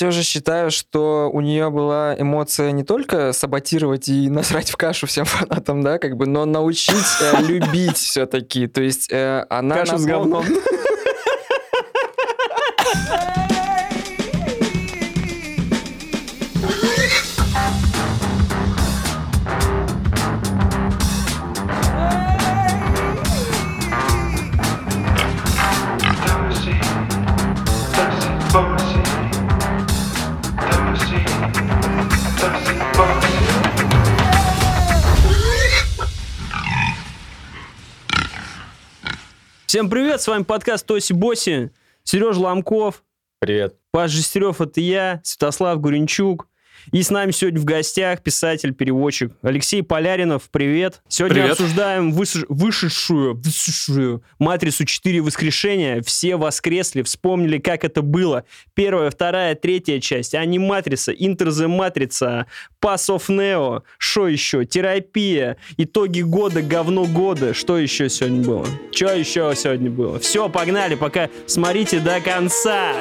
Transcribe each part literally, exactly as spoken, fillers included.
все же считаю, что у нее была эмоция не только саботировать и насрать в кашу всем фанатам, да, как бы, но научить э, любить все-таки. То есть э, она... Кашу с говном. Всем привет, с вами подкаст Тоси-Боси, Сережа Ломков. Привет. Паш Жестерев, это я, Святослав Гуренчук. И с нами сегодня в гостях писатель, переводчик Алексей Поляринов. Привет. Сегодня Привет. обсуждаем выш... вышедшую, вышедшую «Матрицу четыре. Воскрешение». Все воскресли, вспомнили, как это было. Первая, вторая, третья часть. Аниматрица, Enter the Matrix, Pass of Neo. Что еще? Терапия. Итоги года, говно года. Что еще сегодня было? Что еще сегодня было? Все, погнали, пока смотрите до конца.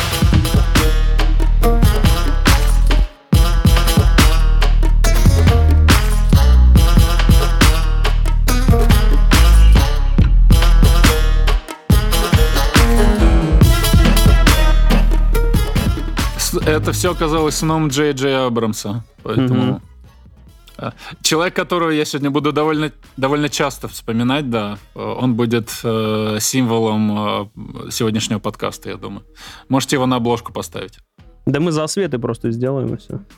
Это все оказалось сном Джей Джей Абрамса. Поэтому... Mm-hmm. Человек, которого я сегодня буду довольно, довольно часто вспоминать, да, он будет э, символом э, сегодняшнего подкаста, я думаю. Можете его на обложку поставить. Да мы засветы просто сделаем, и все.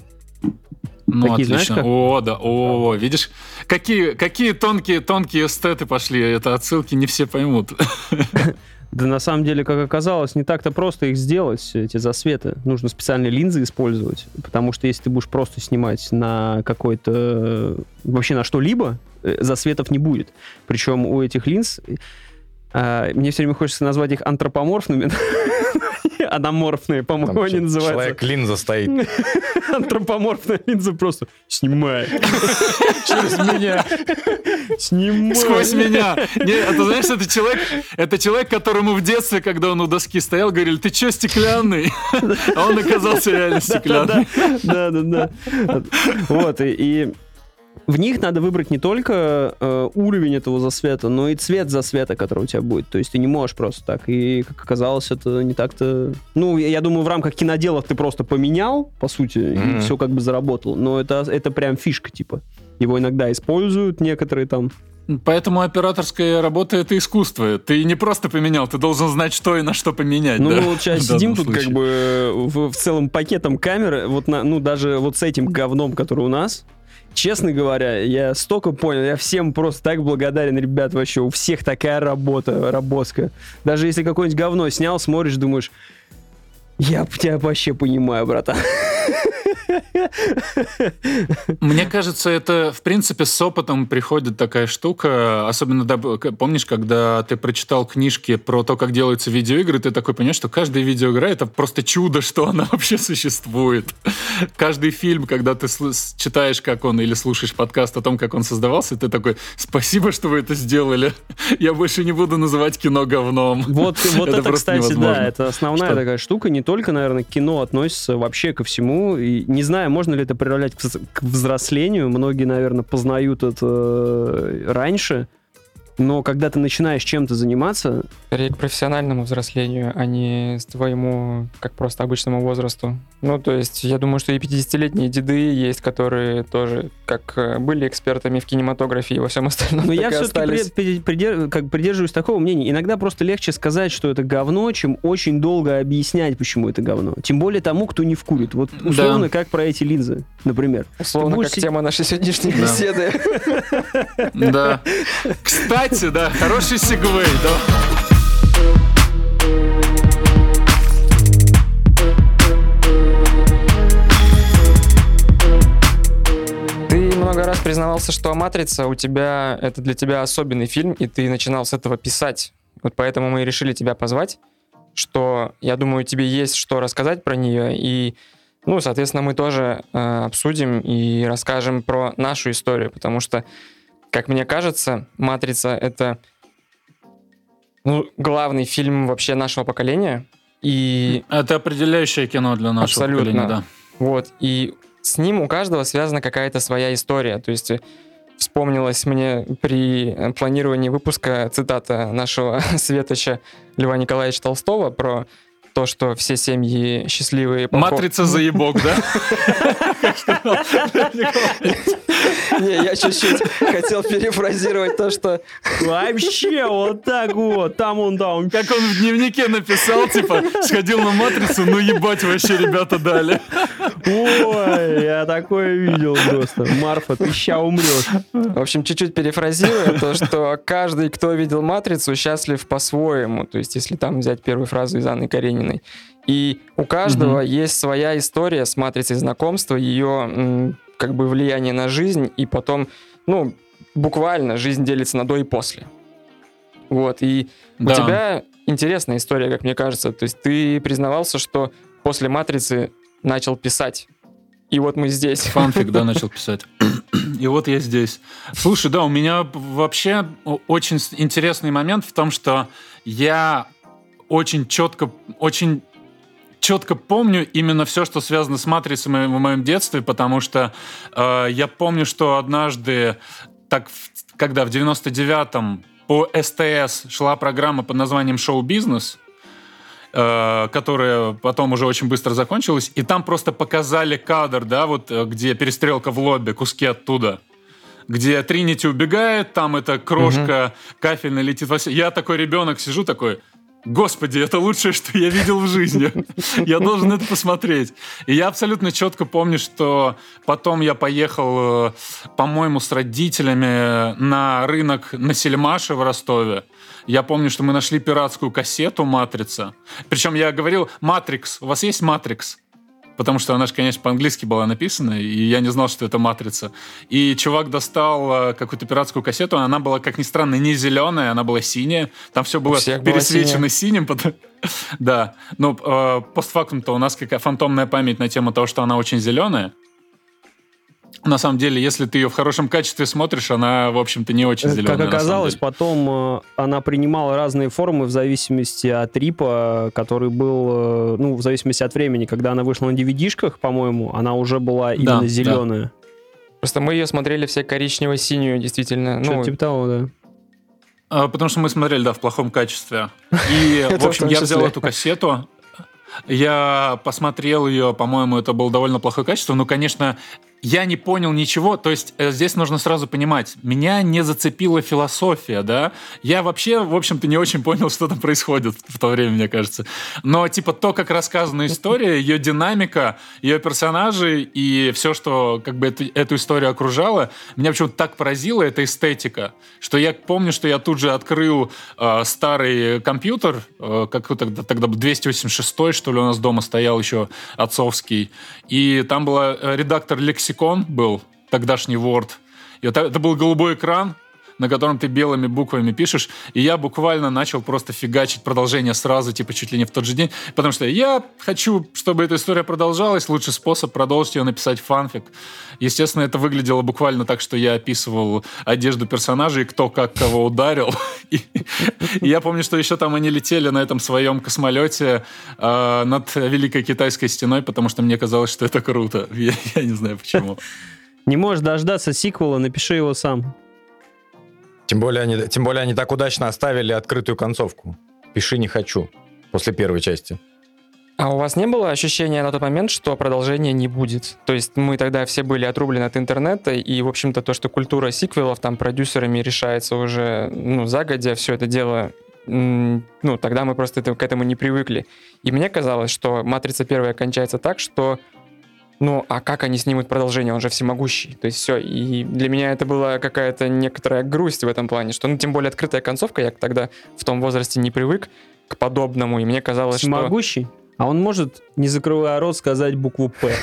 Ну, такие, отлично. Знаешь, как? О, да, о, видишь, какие, какие тонкие, тонкие эстеты пошли. Это отсылки не все поймут. Да на самом деле, как оказалось, не так-то просто их сделать, эти засветы. Нужно специальные линзы использовать, потому что если ты будешь просто снимать на какой-то... вообще на что-либо, засветов не будет. Причем у этих линз... А, мне все время хочется назвать их антропоморфными. Аноморфные, по-моему, Там они называются. Человек-линза стоит. Антропоморфная линза просто снимай. Через меня. Снимай. Сквозь меня. Не, а ты знаешь, это человек, это человек, которому в детстве, когда он у доски стоял, говорили, ты чё, стеклянный? А он оказался реально стеклянный. Да-да-да. Вот, и... В них надо выбрать не только э, уровень этого засвета, но и цвет засвета, который у тебя будет. То есть ты не можешь просто так. И, как оказалось, это не так-то... Ну, я, я думаю, в рамках киноделов ты просто поменял, по сути, mm-hmm. и все как бы заработало. Но это, это прям фишка, типа. Его иногда используют некоторые там. Поэтому операторская работа — это искусство. Ты не просто поменял, ты должен знать, что и на что поменять. Ну, да? мы вот сейчас сидим тут случае. Как бы в, в целом пакетом камеры. Вот на, ну, даже вот с этим говном, который у нас... Честно говоря, я столько понял, я всем просто так благодарен, ребят, вообще, у всех такая работа, работка. Даже если какое-нибудь говно снял, смотришь, думаешь, я тебя вообще понимаю, братан. Мне кажется, это, в принципе, с опытом приходит такая штука. Особенно, да, помнишь, когда ты прочитал книжки про то, как делаются видеоигры, ты такой понимаешь, что каждая видеоигра — это просто чудо, что она вообще существует. Каждый фильм, когда ты читаешь, как он, или слушаешь подкаст о том, как он создавался, ты такой, спасибо, что вы это сделали. Я больше не буду называть кино говном. Вот, вот это, это кстати, невозможно. Да, это основная что? Такая штука. Не только, наверное, к кино относится вообще ко всему. И не знаю, можно ли это приравнять к взрослению. Многие, наверное, познают это раньше. Но когда ты начинаешь чем-то заниматься... Скорее к профессиональному взрослению, а не с твоему, как просто обычному возрасту. Ну, то есть, я думаю, что и пятидесятилетние деды есть, которые тоже как были экспертами в кинематографе и во всем остальном. Но я все-таки при, придерж, как, придерживаюсь такого мнения. Иногда просто легче сказать, что это говно, чем очень долго объяснять, почему это говно. Тем более тому, кто не вкурит. Вот условно, да. Как про эти линзы, например. Условно, как сидеть... тема нашей сегодняшней да. беседы. Да. Кстати, да, хороший сегвей, да. Ты много раз признавался, что «Матрица» у тебя, это для тебя особенный фильм, и ты начинал с этого писать. Вот поэтому мы и решили тебя позвать, что, я думаю, тебе есть что рассказать про нее, и, ну, соответственно, мы тоже э, обсудим и расскажем про нашу историю, потому что, как мне кажется, «Матрица» — это ну, главный фильм вообще нашего поколения. И... Это определяющее кино для нашего Абсолютно. поколения, да. Вот, и с ним у каждого связана какая-то своя история. То есть вспомнилась мне при планировании выпуска цитата нашего светоча Льва Николаевича Толстого про то, что все семьи счастливые. Матрица заебок, да? Не, я чуть-чуть хотел перефразировать то, что... Вообще, вот так вот, там он, да, он... Как он в дневнике написал, типа, сходил на матрицу, ну ебать вообще ребята дали. Ой, я такое видел просто. Марфа, ты ща умрешь. В общем, чуть-чуть перефразируя, то, что каждый, кто видел «Матрицу», счастлив по-своему. То есть, если там взять первую фразу из Анны Карениной. И у каждого mm-hmm. есть своя история с «Матрицей» знакомства, ее м, как бы влияние на жизнь, и потом, ну, буквально жизнь делится на до и после. Вот, и да. у тебя интересная история, как мне кажется. То есть ты признавался, что после «Матрицы» начал писать. И вот мы здесь. Фанфик, да, начал писать. И вот я здесь. Слушай, да, у меня вообще очень интересный момент в том, что я очень четко, очень четко помню именно все, что связано с «Матрицей» в моем детстве, потому что э, я помню, что однажды, так, когда в девяносто девятом по СТС шла программа под названием «Шоу-бизнес», которая потом уже очень быстро закончилась, и там просто показали кадр, да, вот где перестрелка в лобби, куски оттуда, где Тринити убегает, там эта крошка угу. кафельная летит во все. Я такой ребенок сижу такой, господи, это лучшее, что я видел в жизни. Я должен это посмотреть. И я абсолютно четко помню, что потом я поехал, по-моему, с родителями на рынок на Сельмаше в Ростове. Я помню, что мы нашли пиратскую кассету «Матрица». Причем я говорил «Матрикс». У вас есть «Матрикс»? Потому что она же, конечно, по-английски была написана, и я не знал, что это «Матрица». И чувак достал какую-то пиратскую кассету, она была, как ни странно, не зеленая, она была синяя. Там все было пересвечено синим. Да. Но э, постфактум-то у нас какая фантомная память на тему того, что она очень зеленая. На самом деле, если ты ее в хорошем качестве смотришь, она, в общем-то, не очень зеленая. Как оказалось, потом она принимала разные формы в зависимости от рипа, который был, ну, в зависимости от времени. Когда она вышла на ди ви ди-шках, по-моему, она уже была именно да, зеленая. Да. Просто мы ее смотрели все коричнево-синюю, действительно. Что-то ну, типа того, да. А, потому что мы смотрели, да, в плохом качестве. И, в общем, я взял эту кассету, я посмотрел ее, по-моему, это было довольно плохое качество, но, конечно... Я не понял ничего, то есть э, здесь нужно сразу понимать, меня не зацепила философия, да, я вообще, в общем-то, не очень понял, что там происходит в то время, мне кажется, но, типа, то, как рассказана история, ее динамика, ее персонажи и все, что, как бы, эту, эту историю окружало, меня почему-то так поразила эта эстетика, что я помню, что я тут же открыл э, старый компьютер, э, как тогда, тогда двести восемьдесят шестой, что ли, у нас дома стоял еще отцовский, и там был э, редактор лексикона, был, тогдашний Word. И это, это был голубой экран, на котором ты белыми буквами пишешь, и я буквально начал просто фигачить продолжение сразу, типа чуть ли не в тот же день, потому что я хочу, чтобы эта история продолжалась, лучший способ продолжить ее написать фанфик. Естественно, это выглядело буквально так, что я описывал одежду персонажей, кто как кого ударил. И, и я помню, что еще там они летели на этом своем космолете э, над Великой Китайской стеной, потому что мне казалось, что это круто. Я, я не знаю почему. Не можешь дождаться сиквела, напиши его сам. Тем более, они, тем более они так удачно оставили открытую концовку. «Пиши, не хочу» после первой части. А у вас не было ощущения на тот момент, что продолжения не будет? То есть мы тогда все были отрублены от интернета, и, в общем-то, то, что культура сиквелов там продюсерами решается уже, ну, загодя, все это дело, ну, тогда мы просто это, к этому не привыкли. И мне казалось, что «Матрица» первая кончается так, что ну, а как они снимут продолжение? Он же всемогущий. То есть все. И для меня это была какая-то некоторая грусть в этом плане, что, ну, тем более открытая концовка, я тогда в том возрасте не привык к подобному, и мне казалось, всемогущий? Что... Всемогущий? А он может, не закрывая рот, сказать букву «П».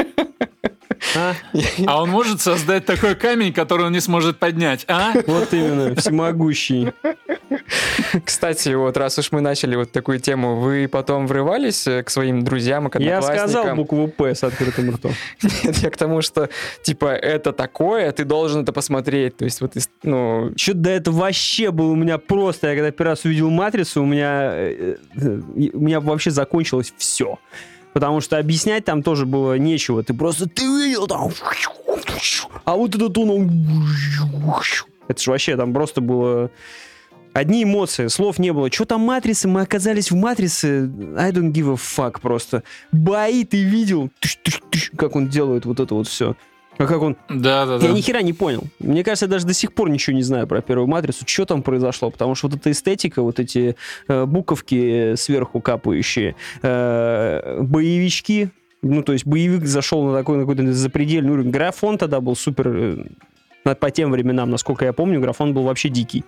А? а он может создать такой камень, который он не сможет поднять, а? Вот именно, всемогущий. Кстати, вот раз уж мы начали вот такую тему, вы потом врывались к своим друзьям и к Я одноклассникам? сказал букву «П» с открытым ртом. Нет, я к тому, что, типа, это такое, ты должен это посмотреть. То есть, вот, ну... Что-то до этого вообще было у меня просто. Я когда первый раз увидел «Матрицу», у меня, э, э, у меня вообще закончилось все. Потому что объяснять там тоже было нечего. Ты просто, ты видел там... А вот этот он... Это же вообще там просто было... Одни эмоции, слов не было. Что там «Матрица»? Мы оказались в «Матрице». I don't give a fuck просто. Бои ты видел? Тыш, тыш, тыш, как он делает вот это вот все. А как он... Да-да-да. Я ни хера не понял. Мне кажется, я даже до сих пор ничего не знаю про первую «Матрицу». Что там произошло? Потому что вот эта эстетика, вот эти э, буковки сверху капающие, э, боевички, ну, то есть боевик зашел на такой на какой-то запредельный уровень. Графон тогда был супер... Э, по тем временам, насколько я помню, графон был вообще дикий.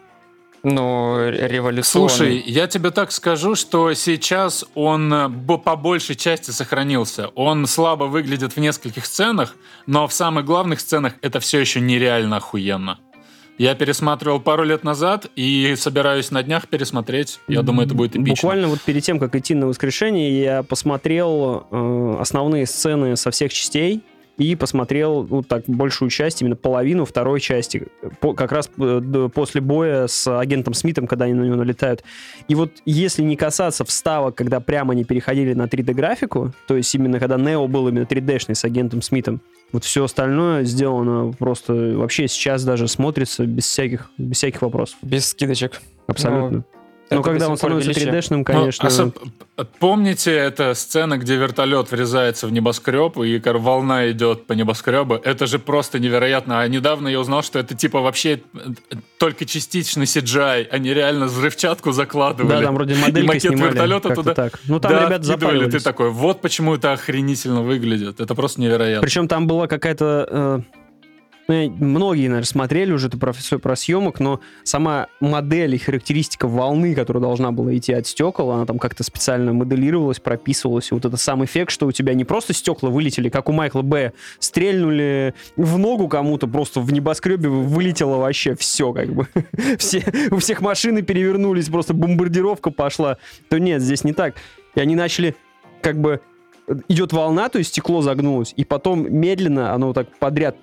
Ну, революционный. Слушай, я тебе так скажу, что сейчас он б- по большей части сохранился. Он слабо выглядит в нескольких сценах, но в самых главных сценах это все еще нереально охуенно. Я пересматривал пару лет назад и собираюсь на днях пересмотреть. Я думаю, это будет эпично. Буквально вот перед тем, как идти на «Воскрешение», я посмотрел э, основные сцены со всех частей. И посмотрел вот так большую часть, именно половину второй части, по, как раз э, после боя с агентом Смитом, когда они на него налетают. И вот если не касаться вставок, когда прямо они переходили на три дэ-графику, то есть именно когда Нео был именно три дэ-шный с агентом Смитом, вот все остальное сделано просто вообще сейчас даже смотрится без всяких, без всяких вопросов. Без скидочек. Абсолютно. Но Это когда до он сих пор становится величие. три дэ-шным, Ну, конечно... особ- Помните, эта сцена, где вертолет врезается в небоскреб, и кор- волна идет по небоскребу? Это же просто невероятно. А недавно я узнал, что это типа вообще только частично си джи ай. Они реально взрывчатку закладывали. Да, там вроде И моделька макет снимали. вертолета как-то туда так. Ну, там да, ребята откидывали. Ты запаривались. такой, вот почему это охренительно выглядит. Это просто невероятно. Причем там была какая-то... э, ну, я- многие, наверное, смотрели уже это про, всё про съемок, но сама модель и характеристика волны, которая должна была идти от стекол, она там как-то специально моделировалась, прописывалась. И вот это сам эффект, что у тебя не просто стекла вылетели, как у Майкла Б, стрельнули в ногу кому-то, просто в небоскребе вылетело вообще все, как бы. Все, у всех машины перевернулись, просто бомбардировка пошла. То нет, здесь не так. И они начали как бы... Идет волна, то есть стекло загнулось, и потом медленно оно так подряд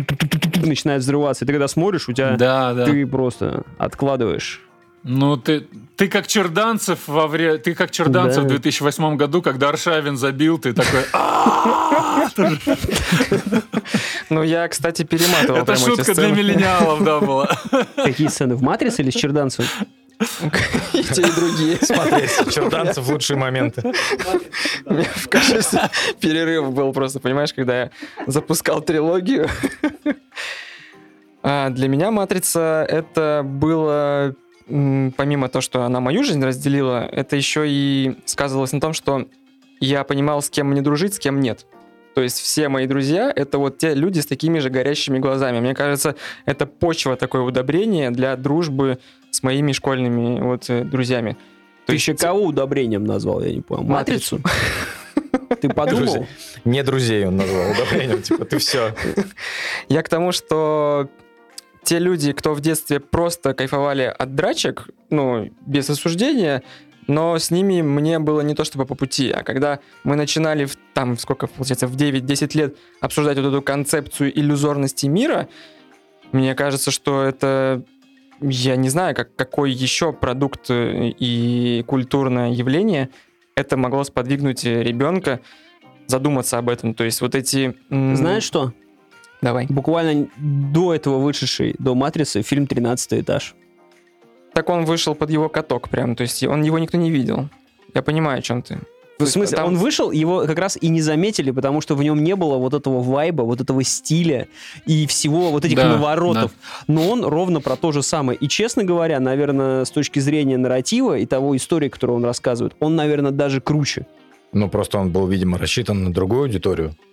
начинает взрываться. И ты когда смотришь, у тебя Да, да. ты просто откладываешь. Ну, ты, ты как Черданцев во вре... ты как Черданцев Да. в две тысячи восьмом году, когда Аршавин забил, ты такой... «А-а-а!» Ну, я, кстати, перематывал Это прям эти шутка для сцены. миллениалов, да, была. Какие сцены? В «Матрице» или с Черданцевым? И те, и другие. Смотреть Черданцев в лучшие моменты. У меня в качестве перерыв был просто, понимаешь, когда я запускал трилогию. А для меня «Матрица» это было, м, помимо того, что она мою жизнь разделила, это еще и сказывалось на том, что я понимал, с кем мне дружить, с кем нет. То есть все мои друзья — это вот те люди с такими же горящими глазами. Мне кажется, это почва, такое удобрение для дружбы с моими школьными вот э, друзьями. То Ты есть еще кого удобрением назвал, я не понял. «Матрицу». Ты подумал? Друзья. Не друзей он назвал удобрением, типа, ты все. Я к тому, что те люди, кто в детстве просто кайфовали от драчек, ну, без осуждения, но с ними мне было не то чтобы по пути. А когда мы начинали, в, там, сколько, получается, в девять-десять лет обсуждать вот эту концепцию иллюзорности мира, мне кажется, что это, я не знаю, как, какой еще продукт и культурное явление это могло сподвигнуть ребенка задуматься об этом. То есть вот эти... м, Знаешь что? Давай. Буквально до этого вышедший, до «Матрицы», фильм «тринадцатый этаж». Так он вышел под его каток прям, то есть он его никто не видел. Я понимаю, о чем ты. В смысле, Там- он вышел, его как раз и не заметили, потому что в нем не было вот этого вайба, вот этого стиля и всего вот этих Да, наворотов. Но он ровно про то же самое. И, честно говоря, наверное, с точки зрения нарратива и того истории, которую он рассказывает, он, наверное, даже круче. Ну, просто он был, видимо, рассчитан на другую аудиторию.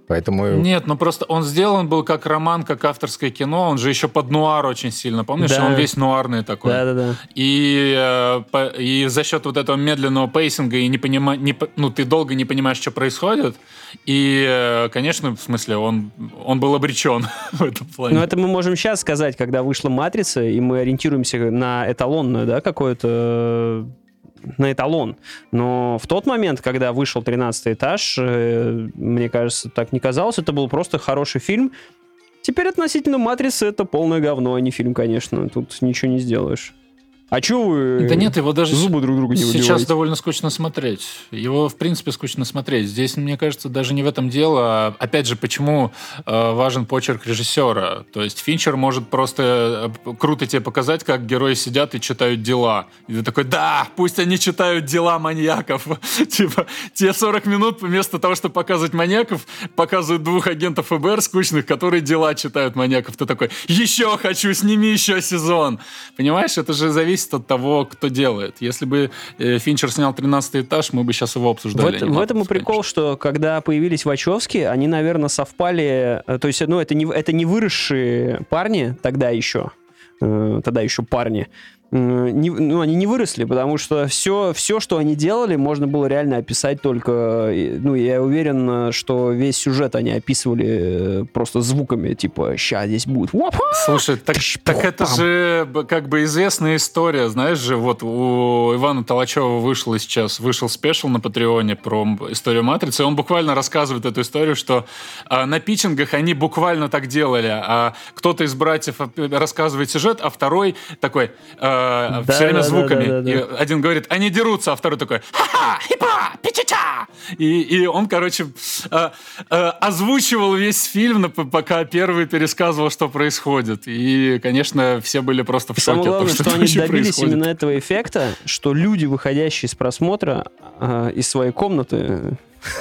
Поэтому... Нет, ну просто он сделан был как роман, как авторское кино, он же еще под нуар очень сильно, помнишь? Да. Он весь нуарный такой. Да-да-да. И, э, по- и за счет вот этого медленного пейсинга и не понима... не по- ну, ты долго не понимаешь, что происходит, и, э, конечно, в смысле, он, он был обречен в этом плане. Ну, это мы можем сейчас сказать, когда вышла «Матрица», и мы ориентируемся на эталонную, да, какое-то... на эталон. Но в тот момент, когда вышел «тринадцатый этаж», э, мне кажется, так не казалось. Это был просто хороший фильм. Теперь относительно «Матрицы» это полное говно, а не фильм, конечно. Тут ничего не сделаешь. А чё вы Да нет, его даже зубы друг друга не сейчас выбиваете? довольно скучно смотреть. Его, в принципе, скучно смотреть. Здесь, мне кажется, даже не в этом дело. А, опять же, почему э, важен почерк режиссера? То есть Финчер может просто э, круто тебе показать, как герои сидят и читают дела. И ты такой, да, пусть они читают дела маньяков. Типа, те сорок минут вместо того, чтобы показывать маньяков, показывают двух агентов эф бэ эр скучных, которые дела читают маньяков. Ты такой, еще хочу, сними еще сезон. Понимаешь, это же зависит от того, кто делает. Если бы э, Финчер снял «тринадцатый этаж», мы бы сейчас его обсуждали. В, это- в этом и прикол, что когда появились Вачовски, они, наверное, совпали... э, То есть, ну, это не, это не выросшие парни тогда еще. э, Тогда еще парни. Э, не- ну, они не выросли, потому что все, все, что они делали, можно было реально описать только... э, Ну, я уверен, э, что весь сюжет они описывали э, просто звуками, типа, ща здесь будет... Уапа! Слушай, так, Тш, так это пам. же б- как бы известная история, знаешь же, вот у Ивана Толачева вышло сейчас, вышел спешл на Патреоне про м- историю «Матрицы», и он буквально рассказывает эту историю, что а, на питчингах они буквально так делали, а кто-то из братьев оп- рассказывает сюжет, а второй такой а, Да, все время да, да, звуками. да, да, да. И один говорит, они дерутся, а второй такой, ха-ха, хипа, пичича. И, и он, короче, а, а, озвучивал весь фильм, на- пока первый пересказывал, что происходит. И, конечно, все были просто в И самое шоке от того, главное, что, что они вообще добились происходит. именно этого эффекта, что люди, выходящие с просмотра э, из своей комнаты,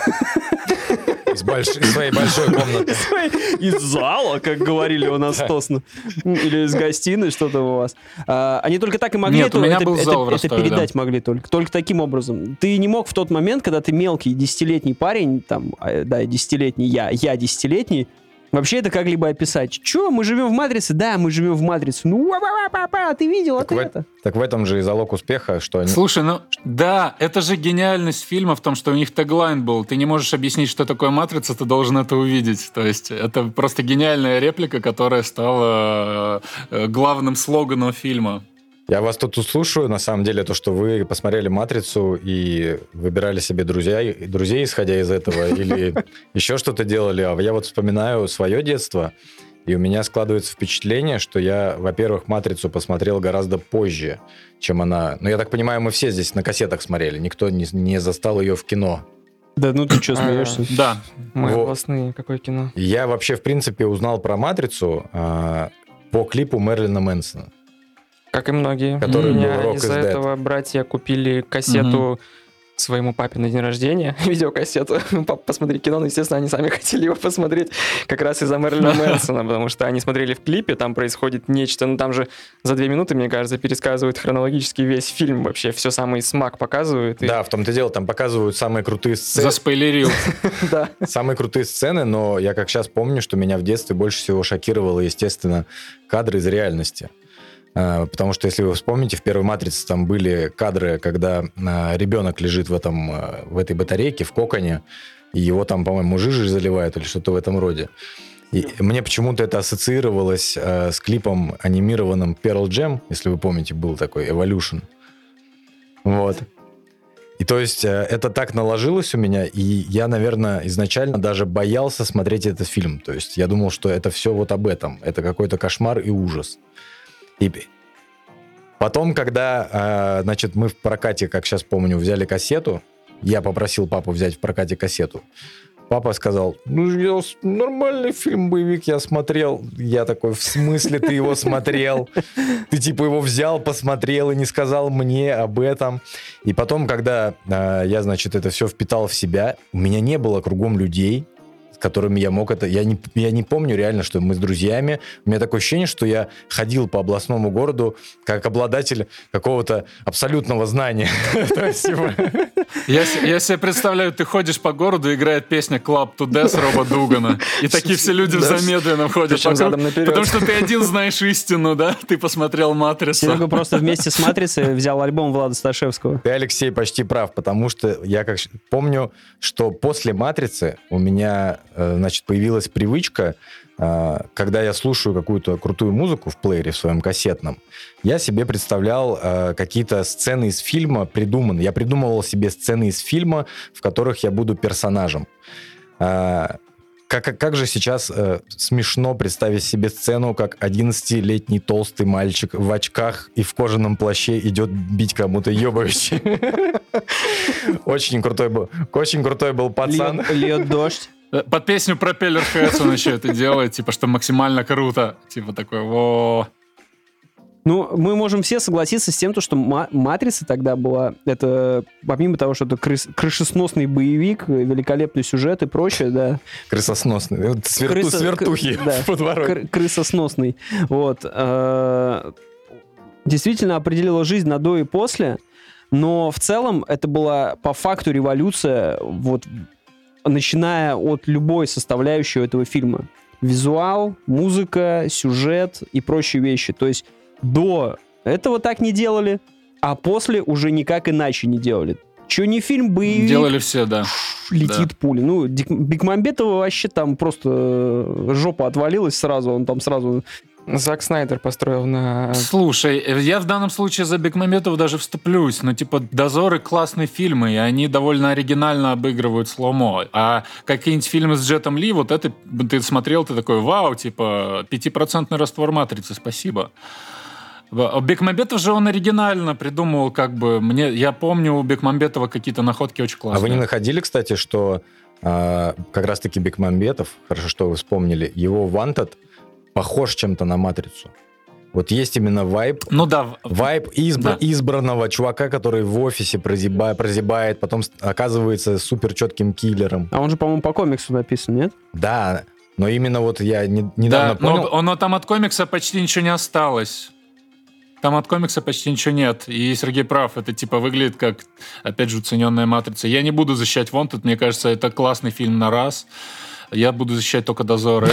Из, больш- из своей большой комнаты. из зала, как говорили у нас тосно, или из гостиной, что-то у вас, а, они только так и могли Нет, это, у меня это- был это- зал в это Ростове, передать могли только, только таким образом. Ты не мог в тот момент, когда ты мелкий десятилетний парень, там, а, да, десятилетний я, я десятилетний, вообще это как-либо описать. Че, мы живем в «Матрице»? Да, мы живем в «Матрице». Ну, па-па-па-па, ты видел, а Так ты в, это? так в этом же и залог успеха, что они... Слушай, ну да, это же гениальность фильма в том, что у них теглайн был. Ты не можешь объяснить, что такое «Матрица», ты должен это увидеть. То есть это просто гениальная реплика, которая стала э, главным слоганом фильма. Я вас тут услышаю, на самом деле, то, что вы посмотрели «Матрицу» и выбирали себе друзья, друзей, исходя из этого, или еще что-то делали. А я вот вспоминаю свое детство, и у меня складывается впечатление, что я, во-первых, «Матрицу» посмотрел гораздо позже, чем она... Ну, я так понимаю, мы все здесь на кассетах смотрели, никто не, не застал ее в кино. Да ну ты что, А, смеешься? Да. Мы Вот. областные, какое кино. И я вообще, в принципе, узнал про «Матрицу» а, по клипу Мэрилина Мэнсона. Как и многие. Который У был меня Rock из-за is Dead. этого братья купили кассету своему папе на день рождения, видеокассету. Папа, посмотри кино, но, естественно, они сами хотели его посмотреть как раз из-за Мэрилина Мэнсона, потому что они смотрели в клипе, там происходит нечто, ну там же за две минуты, мне кажется, пересказывают хронологически весь фильм, вообще все самый смак показывают. и- Да, в том-то и дело, там показывают самые крутые сцены. Заспойлерил. да. Самые крутые сцены, но я как сейчас помню, что меня в детстве больше всего шокировало, естественно, кадры из реальности. А, Потому что, если вы вспомните, в первой «Матрице» там были кадры, когда а, ребенок лежит в, этом, а, в этой батарейке, в коконе, и его там, по-моему, жижей заливают или что-то в этом роде. И мне почему-то это ассоциировалось а, с клипом анимированным Pearl Jam, если вы помните, был такой Evolution. Вот. И то есть э, это так наложилось у меня, и я, наверное, изначально даже боялся смотреть этот фильм. То есть я думал, что это все вот об этом. Это какой-то кошмар и ужас. И потом, когда, э, значит, мы в прокате, как сейчас помню, взяли кассету, я попросил папу взять в прокате кассету. Папа сказал, ну, я с- нормальный фильм, боевик я смотрел. Я такой, в смысле ты его смотрел? Ты типа его взял, посмотрел и не сказал мне об этом. И потом, когда э, я, значит, это все впитал в себя, у меня не было кругом людей, с которыми я мог это... Я не, я не помню реально, что мы с друзьями... У меня такое ощущение, что я ходил по областному городу как обладатель какого-то абсолютного знания. Я, я себе представляю, ты ходишь по городу, играет песня Club to Death Роба Дугана, и такие все люди в замедленном ходят вокруг, потому что ты один знаешь истину, да? Ты посмотрел «Матрицу». Серега просто вместе с «Матрицей» взял альбом Влада Сташевского. Ты, Алексей, почти прав, потому что я как помню, что после «Матрицы» у меня, значит, появилась привычка, когда я слушаю какую-то крутую музыку в плеере в своем кассетном, я себе представлял э, какие-то сцены из фильма придуманные. Я придумывал себе сцены из фильма, в которых я буду персонажем. Э, как, как же сейчас э, смешно представить себе сцену, как одиннадцатилетний толстый мальчик в очках и в кожаном плаще идет бить кому-то ебающий. Очень крутой был, очень крутой был пацан. Льет дождь. Под песню «Пропеллер Хэдс» он еще это делает, типа, что максимально круто. Типа такой, во. Ну, мы можем все согласиться с тем, что «Матрица» тогда была, это, помимо того, что это крыс, крышесносный боевик, великолепный сюжет и прочее, да. Крысосносный. Сверту, Крыса, свертухи да, в подворотне. Кр- крысосносный. Вот. Действительно определила жизнь на до и после, но в целом это была по факту революция, вот, начиная от любой составляющей этого фильма. Визуал, музыка, сюжет и прочие вещи. То есть до этого так не делали, а после уже никак иначе не делали. Че не фильм, боевик. Делали все, да. Летит да. пуля. Ну, Бекмамбетова вообще там просто жопа отвалилась сразу, он там сразу... Зак Снайдер построил на... Слушай, я в данном случае за Бекмамбетова даже вступлюсь. Ну, типа, «Дозоры» — классные фильмы, и они довольно оригинально обыгрывают слоумо. А какие-нибудь фильмы с Джетом Ли, вот это ты смотрел, ты такой, вау, типа, пятипроцентный раствор «Матрицы», спасибо. Бекмамбетов же он оригинально придумывал, как бы, мне, я помню у Бекмамбетова какие-то находки очень классные. А вы не находили, кстати, что а, как раз-таки Бекмамбетов, хорошо, что вы вспомнили, его «Wanted» похож чем-то на «Матрицу». Вот есть именно вайб, ну да, вайб избр- да. избранного чувака, который в офисе прозиба- прозябает, потом оказывается супер четким киллером. А он же, по-моему, по комиксу написан, нет? Да, но именно вот я не, недавно да, понял... Но, но там от комикса почти ничего не осталось. Там от комикса почти ничего нет. И Сергей прав, это типа выглядит как, опять же, уцененная «Матрица». Я не буду защищать «Wanted», мне кажется, это классный фильм на раз. Я буду защищать только «Дозоры».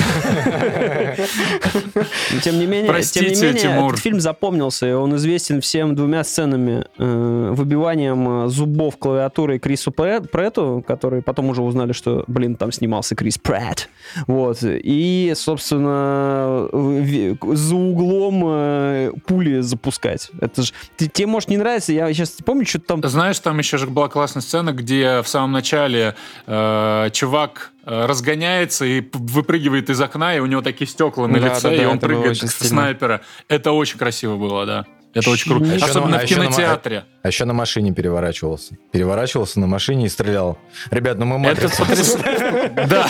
Тем не менее, Простите, тем не менее Тимур. этот фильм запомнился, и он известен всем двумя сценами. Э, выбиванием зубов клавиатурой Крису Прэтту, который потом уже узнали, что, блин, там снимался Крис Пратт. Вот. И, собственно, за углом э, пули запускать. Это же... Тебе, может, не нравится? Я сейчас помню, что там... Знаешь, там еще же была классная сцена, где в самом начале э, чувак разгоняется и выпрыгивает из окна, и у него такие стекла на да, лице, да, да, и он это было прыгает очень с стильно. снайпера. Это очень красиво было, да. Это очень круто. А еще Особенно на- а в еще на- кинотеатре. А еще на машине переворачивался. Переворачивался на машине и стрелял. Ребят, ну мы Это «Матрицу». потрясающе. Да.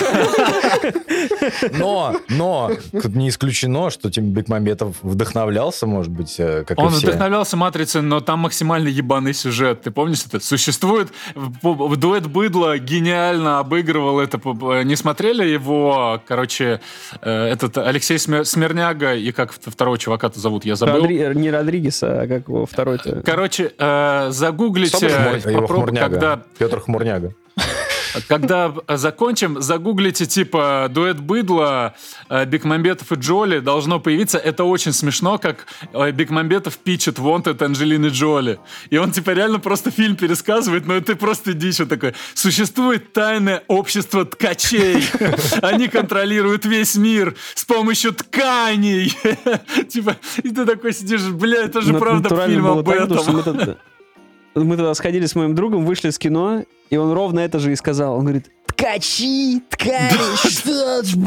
Но, но, тут не исключено, что Тим Бекмамбетов вдохновлялся, может быть, э, как Он и все. вдохновлялся «Матрицей», но там максимально ебаный сюжет. Ты помнишь это? Существует... в- Дуэт «Быдло» гениально обыгрывал это. Не смотрели его, короче, э, этот Алексей Смер- Смирняга и как второго чувака-то зовут, я забыл. Родри- Не Родригеса, а как его второй-то? Короче, э, загуглите, Хмур- Его попроб- Хмурняга. когда, Петр Хмурняга. когда закончим, загуглите типа дуэт «Быдло», э, Бекмамбетов и Джоли должно появиться. Это очень смешно, как э, Бекмамбетов питчит «Wanted» Анджелины Джоли. И он типа реально просто фильм пересказывает, но это просто дичь. Он такой: существует тайное общество ткачей. Они контролируют весь мир с помощью тканей. Типа, и ты такой сидишь, бля, это же Ну, правда натурально фильм было об так, потому что мы этом. тогда- Мы тогда сходили с моим другом, вышли с кино, и он ровно это же и сказал. Он говорит: ткачи, ткани, что ж?»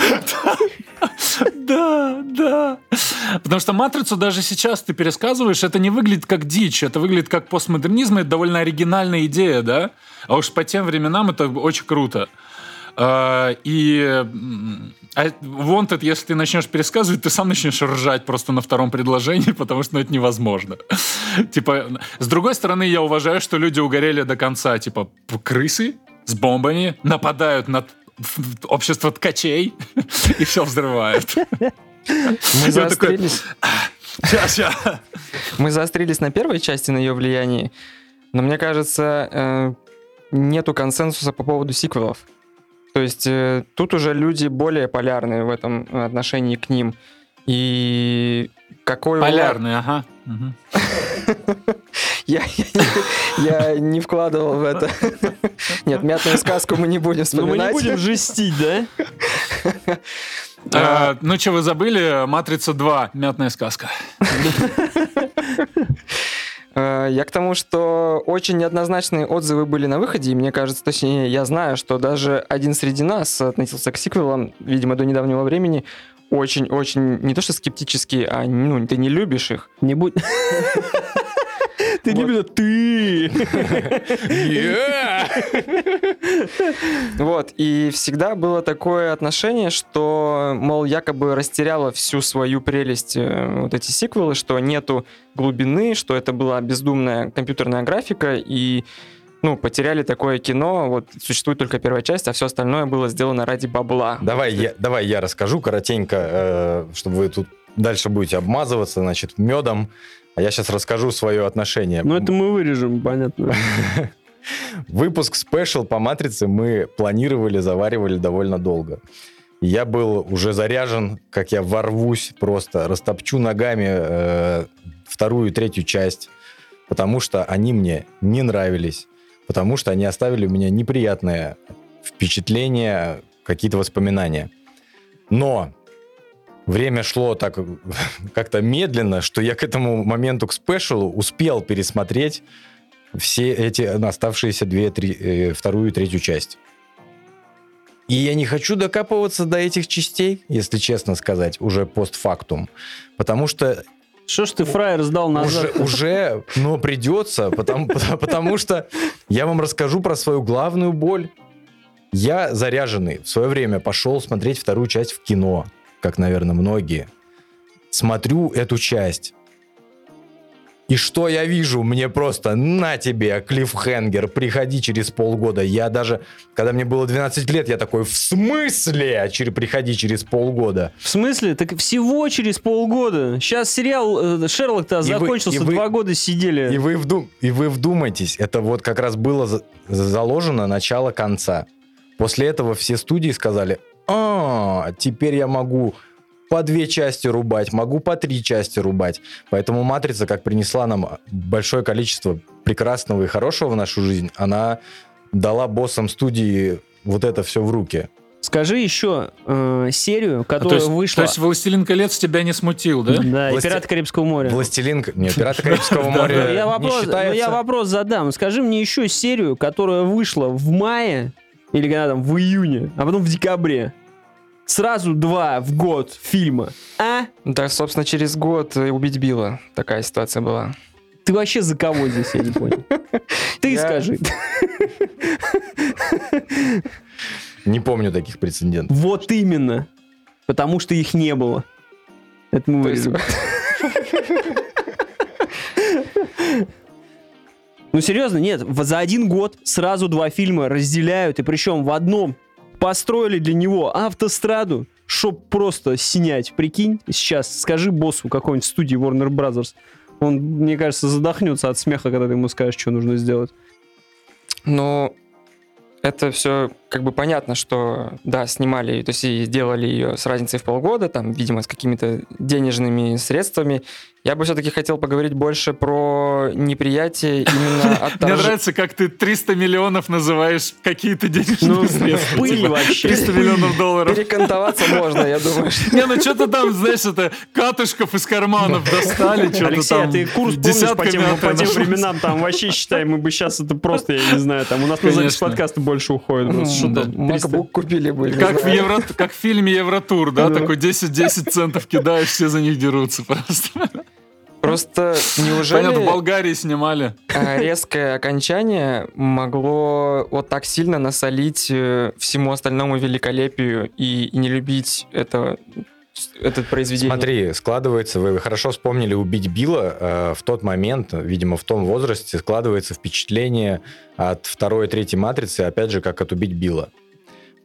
Да, да. Потому что «Матрицу» даже сейчас ты пересказываешь, это не выглядит как дичь, это выглядит как постмодернизм, это довольно оригинальная идея, да? А уж по тем временам это очень круто. А, и м, а «Wanted», если ты начнешь пересказывать, ты сам начнешь ржать просто на втором предложении, потому что ну, это невозможно. Типа, с другой стороны, я уважаю, что люди угорели до конца. Типа, крысы с бомбами нападают на общество ткачей, и все взрывает. Мы заострились. Сейчас, сейчас. Мы заострились на первой части, на ее влиянии, но мне кажется, э, нету консенсуса по поводу сиквелов. То есть э, тут уже люди более полярные в этом отношении к ним. И какой... Полярные, ага. Я, я, я не вкладывал в это. Нет, «Мятную сказку» мы не будем вспоминать. Но мы не будем жестить, да? А, ну что, вы забыли? «Матрица два. Мятная сказка». Я к тому, что очень неоднозначные отзывы были на выходе, и мне кажется, точнее, я знаю, что даже один среди нас относился к сиквелам, видимо, до недавнего времени, очень-очень, не то что скептически, а ну, ты не любишь их. Не будь... Ты не любишь, ты! Вот, и всегда было такое отношение, что, мол, якобы растеряло всю свою прелесть вот эти сиквелы, что нету глубины, что это была бездумная компьютерная графика, и ну, потеряли такое кино, вот существует только первая часть, а все остальное было сделано ради бабла. Давай, я, давай я расскажу коротенько, э, чтобы вы тут дальше будете обмазываться, значит, медом. А я сейчас расскажу свое отношение. Ну, это мы вырежем, понятно. Выпуск спешл по «Матрице» мы планировали, заваривали довольно долго. Я был уже заряжен, как я ворвусь просто, растопчу ногами э, вторую и третью часть, потому что они мне не нравились, потому что они оставили у меня неприятное впечатление, какие-то воспоминания. Но время шло так как-то медленно, что я к этому моменту, к спешалу, успел пересмотреть все эти оставшиеся две, три, э, вторую и третью часть. И я не хочу докапываться до этих частей, если честно сказать, уже постфактум, потому что что ж ты, фраер, сдал назад? Уже, уже но придется, потому, потому что я вам расскажу про свою главную боль. Я заряженный в свое время пошел смотреть вторую часть в кино, как, наверное, многие. Смотрю эту часть. И что я вижу? Мне просто на тебе, клиффхенгер, приходи через полгода. Я даже, когда мне было двенадцать лет, я такой, в смысле? Приходи через полгода. В смысле? Так всего через полгода. Сейчас сериал э, Шерлок-то закончился, вы, два вы, года сидели. И вы, вдум, и вы вдумайтесь, это вот как раз было за, заложено начало конца. После этого все студии сказали, а, теперь я могу по две части рубать, могу по три части рубать. Поэтому «Матрица», как принесла нам большое количество прекрасного и хорошего в нашу жизнь, она дала боссам студии вот это все в руки. Скажи еще э, серию, которая а, то есть, вышла... То есть «Властелин колец» тебя не смутил, да? Да, Власти... и «Пираты Карибского моря». «Властелин...» Нет, «Пираты Карибского моря» не считается. Я вопрос задам. Скажи мне еще серию, которая вышла в мае, или когда там, в июне, а потом в декабре. Сразу два в год фильма, а? Да, собственно, через год «Убить Билла» такая ситуация была. Ты вообще за кого здесь, я не понял? Ты Я... скажи. Не помню таких прецедентов. Вот именно. Потому что их не было. Это мы вырежем. Ну, серьезно, нет. За один год сразу два фильма разделяют, и причем в одном построили для него автостраду, чтоб просто снять. Прикинь, сейчас скажи боссу какой-нибудь студии Warner Brothers. Он, мне кажется, задохнется от смеха, когда ты ему скажешь, что нужно сделать. Ну, это все как бы понятно, что, да, снимали, то есть и делали ее с разницей в полгода, там, видимо, с какими-то денежными средствами. Я бы все-таки хотел поговорить больше про неприятие именно от того... Мне нравится, как ты триста миллионов называешь какие-то денежные средства. Пыль вообще. триста миллионов долларов. Перекантоваться можно, я думаю. Не, ну что-то там, знаешь, это катышков из карманов достали, что-то Алексей, там. а ты курс помнишь по тем, по тем временам? Там вообще, считай, мы бы сейчас это просто, я не знаю, там у нас на запись подкаста больше уходит. MacBook купили бы. Как в, Евро... как в фильме «Евротур», да? Такой десять-десять центов кидаешь, все за них дерутся просто. Просто неужели... Понятно, в Болгарии снимали. Резкое окончание могло вот так сильно насолить всему остальному великолепию и, и не любить это, это произведение? Смотри, складывается, вы хорошо вспомнили «Убить Билла», э, в тот момент, видимо, в том возрасте складывается впечатление от второй и третьей «Матрицы», опять же, как от «Убить Билла».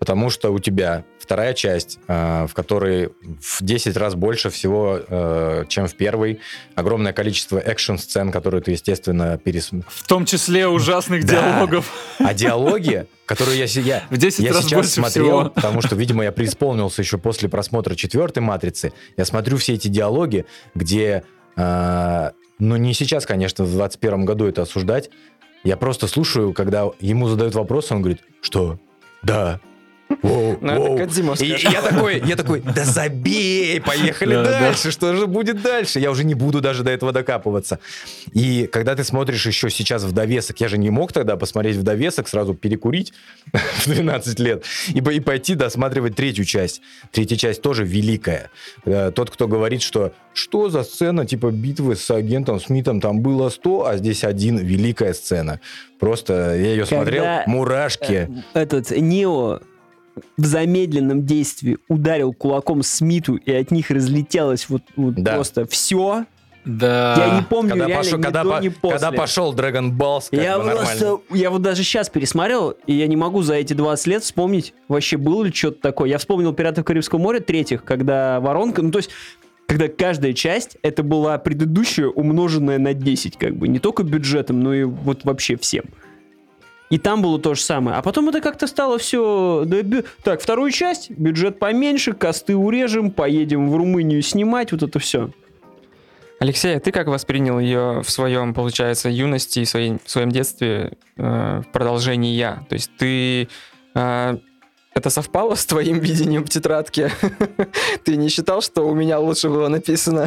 Потому что у тебя вторая часть, э, в которой в десять раз больше всего, э, чем в первой, огромное количество экшн-сцен, которые ты, естественно, пересмотрел. В том числе ужасных диалогов. А диалоги, которые я, я, в десять я раз сейчас больше смотрел, всего. потому что, видимо, я преисполнился еще после просмотра четвертой «Матрицы», я смотрю все эти диалоги, где, э, ну не сейчас, конечно, в двадцать первом году это осуждать, я просто слушаю, когда ему задают вопрос, он говорит, что? Да. Воу, ну, воу. это Кодзимовская. И, и я такой, я такой, да забей, поехали Да, дальше, что же будет дальше? Я уже не буду даже до этого докапываться. И когда ты смотришь еще сейчас в довесок, я же не мог тогда посмотреть в довесок, сразу перекурить в двенадцать лет и, и пойти досматривать третью часть. Третья часть тоже великая. Тот, кто говорит, что что за сцена, типа битвы с агентом Смитом, там было сто, а здесь один, великая сцена. Просто я ее Когда, смотрел, мурашки. э, Этот Нео в замедленном действии ударил кулаком Смиту, и от них разлетелось вот, вот Да. просто все. Да. Я не помню Когда реально пошел, ни когда, до, по- ни после. когда пошел Dragon Balls, как Я бы нормально. просто, я вот даже сейчас пересмотрел, и я не могу за эти двадцать лет вспомнить, вообще было ли что-то такое. Я вспомнил «Пиратов Карибского моря» третьих, когда воронка, ну то есть, когда каждая часть, это была предыдущая умноженная на десять, как бы, не только бюджетом, но и вот вообще всем. И там было то же самое. А потом это как-то стало все... Так, вторую часть, бюджет поменьше, косты урежем, поедем в Румынию снимать, вот это все. Алексей, а ты как воспринял ее в своем, получается, юности и своей, в своем детстве э, в продолжении «Я»? То есть ты... Э, это совпало с твоим видением в тетрадке? Ты не считал, что у меня лучше было написано?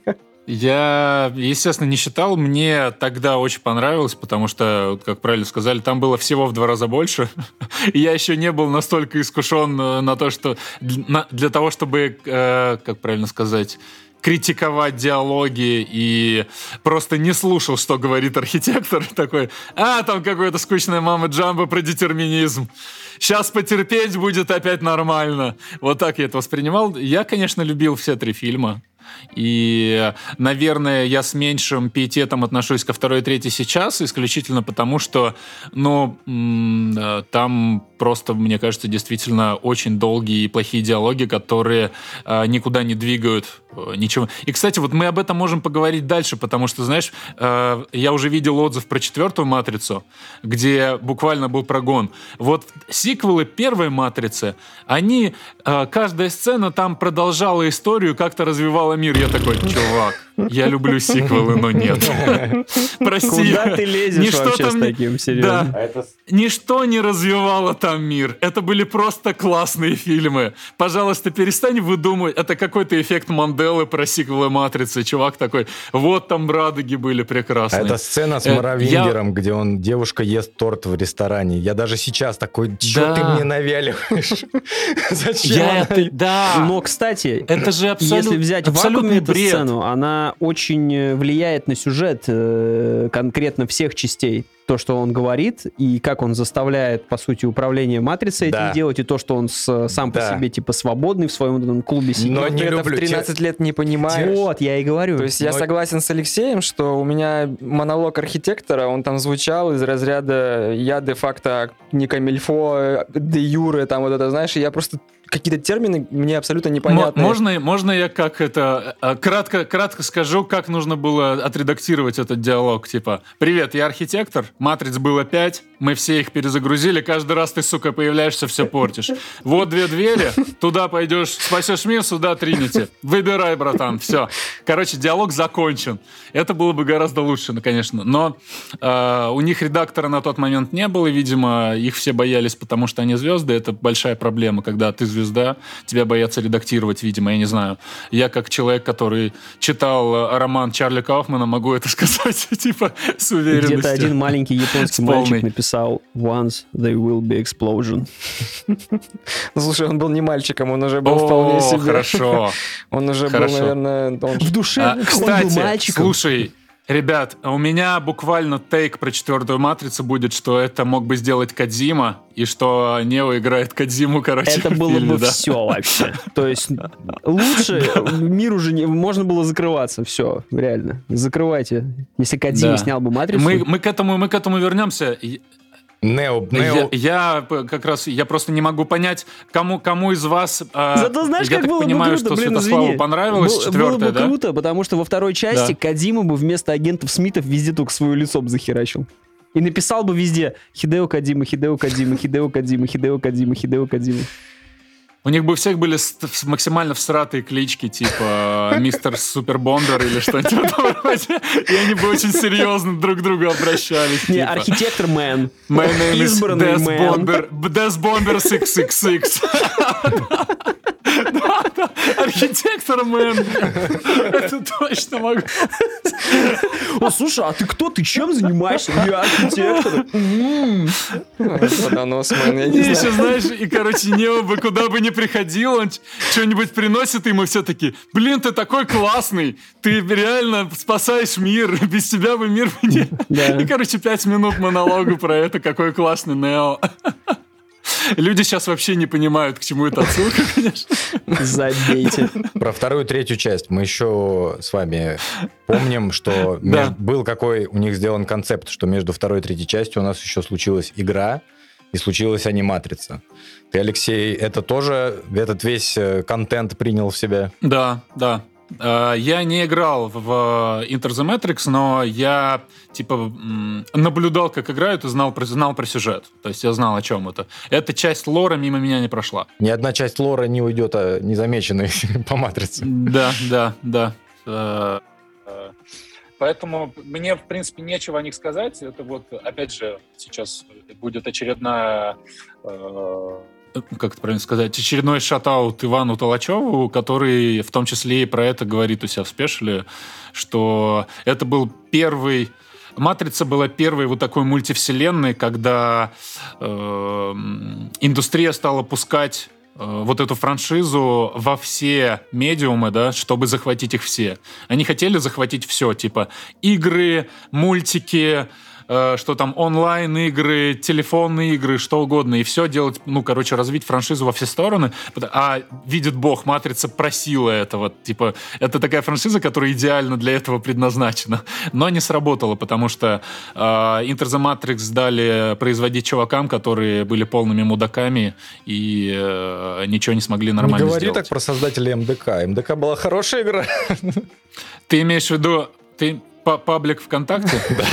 Я, естественно, не считал. Мне тогда очень понравилось, потому что, вот как правильно сказали, там было всего в два раза больше. И я еще не был настолько искушен на то, что для, для того, чтобы, э, как правильно сказать, критиковать диалоги и просто не слушал, что говорит архитектор. Такой, а, там какая-то скучная мама Джамбо про детерминизм. Сейчас потерпеть будет опять нормально. Вот так я это воспринимал. Я, конечно, любил все три фильма. И, наверное, я с меньшим пиететом отношусь ко второй и третьей сейчас, исключительно потому, что, ну, м- там просто, мне кажется, действительно очень долгие и плохие диалоги, которые э, никуда не двигают э, ничего. И, кстати, вот мы об этом можем поговорить дальше, потому что, знаешь, э, я уже видел отзыв про четвертую «Матрицу», где буквально был прогон. Вот сиквелы первой «Матрицы», они, э, каждая сцена там продолжала историю, как-то развивала мир. Я такой, чувак, я люблю сиквелы, но нет. Прости. Куда ты лезешь Ничто вообще там с не- таким, серьезно? Да. Ничто не развивало там мир. Это были просто классные фильмы. Пожалуйста, перестань выдумывать. Это какой-то эффект Манделы про сиквелы «Матрицы». Чувак такой, вот там радуги были А прекрасные. это сцена с Э, Моровингером, где он, девушка ест торт в ресторане. Я даже сейчас такой, что Да. ты мне навяливаешь? Зачем Я она? это, да. Но, кстати, Это же абсолютно, если взять в вакууме абсолютный эту бред. сцену, она очень э, влияет на сюжет э, конкретно всех частей. То, что он говорит, и как он заставляет, по сути, управление матрицей Да. этим делать, и то, что он с- сам по Да. себе, типа, свободный в своем вот этом клубе сидит. Но Но не ты это люблю в тринадцать лет не понимаешь. Вот, я и говорю. То есть я Но- согласен с Алексеем, что у меня монолог архитектора, он там звучал из разряда «я де-факто не камильфо, де юре», там вот это, знаешь, и я просто какие-то термины мне абсолютно непонятны. Мо- Можно, можно я как это э, кратко, кратко скажу, как нужно было отредактировать этот диалог? Типа, привет, я архитектор, матриц было пять, мы все их перезагрузили, каждый раз ты, сука, появляешься, все портишь. Вот две двери, туда пойдешь, спасешь мир, сюда Тринити. Выбирай, братан, все. Короче, диалог закончен. Это было бы гораздо лучше, ну, конечно. Но э, у них редактора на тот момент не было, и, видимо, их все боялись, потому что они звезды. Это большая проблема, когда ты звезда, тебя боятся редактировать, видимо, я не знаю. Я, как человек, который читал роман Чарли Кауфмана, могу это сказать, типа, с уверенностью. Где-то один маленький японский С мальчик полной. написал «Once there will be explosion». Ну, слушай, он был не мальчиком, он уже был О, вполне себе. хорошо. Он уже Хорошо. был, наверное... он- В душе А, он был кстати, мальчиком. слушай, ребят, у меня буквально тейк про четвертую «Матрицу» будет, что это мог бы сделать Кодзима, и что Нео играет Кодзиму, короче, Это в было фильме, бы да. все вообще. То есть лучше мир уже не... Можно было закрываться. Все, реально. Закрывайте. Если Кодзима Да. снял бы «Матрицу». Мы, мы, к этому, мы к этому вернемся. И- Нео, Нео... Я, я как раз, я просто не могу понять, кому, кому из вас... Зато знаешь, я как так было понимаю, бы круто, что блин, Святославу извини. понравилось Был- четвертое, Было бы да? круто, потому что во второй части Да. Кодзима бы вместо агентов Смитов везде только свое лицо бы захерачил. И написал бы везде Хидео Кодзима, Хидео Кодзима, Хидео Кодзима, Хидео Кодзима, Хидео Кодзима. У них бы у всех были ст- максимально всратые клички, типа мистер Супербондер или что-нибудь в этом роде. И они бы очень серьезно друг к другу обращались. Не, типа, архитектор Мэн. My name is избранный Death мэн. Bomber, Death Bomber шесть шесть шесть. Да, да, архитектор мэн. Это точно могу. О, слушай, а ты кто? Ты чем занимаешься? Я архитектор. Водонос, мэн, я не И знаю. еще, знаешь, и, короче, Нео бы куда бы ни приходил, он ч- что-нибудь приносит, и мы все такие, блин, ты такой классный, ты реально спасаешь мир, без тебя бы мир бы не... Да. И, короче, пять минут монологу про это, какой классный Нео. Люди сейчас вообще не понимают, к чему это отсылка, конечно. Забейте. Про вторую и третью часть мы еще с вами помним, что Да. меж- был какой у них сделан концепт, что между второй и третьей частью у нас еще случилась игра и случилась аниматрица. Ты, Алексей, это тоже, этот весь э, контент принял в себя? Да, да. Э, Я не играл в Enter the Matrix, но я типа м, наблюдал, как играют, и знал про, знал про сюжет. То есть я знал, о чем это. Эта часть лора мимо меня не прошла. Ни одна часть лора не уйдет а, незамеченной по матрице. Да, да, да. Э, Поэтому мне, в принципе, нечего о них сказать. Это вот, опять же, сейчас будет очередная... э, Как это правильно сказать? Очередной шатаут Ивану Толачеву, который в том числе и про это говорит у себя в спешле, что это был первый... «Матрица» была первой вот такой мультивселенной, когда э, индустрия стала пускать э, вот эту франшизу во все медиумы, да, чтобы захватить их все. Они хотели захватить все, типа игры, мультики, э, что там, онлайн-игры, телефонные игры, что угодно, и все делать, ну, короче, развить франшизу во все стороны. А видит Бог, «Матрица» просила этого. Типа, это такая франшиза, которая идеально для этого предназначена. Но не сработала, потому что э, Enter the Matrix дали производить чувакам, которые были полными мудаками и э, ничего не смогли нормально Не говори сделать. так про создателей эм дэ ка. эм дэ ка была хорошая игра. Ты имеешь в виду... Ты па- паблик ВКонтакте?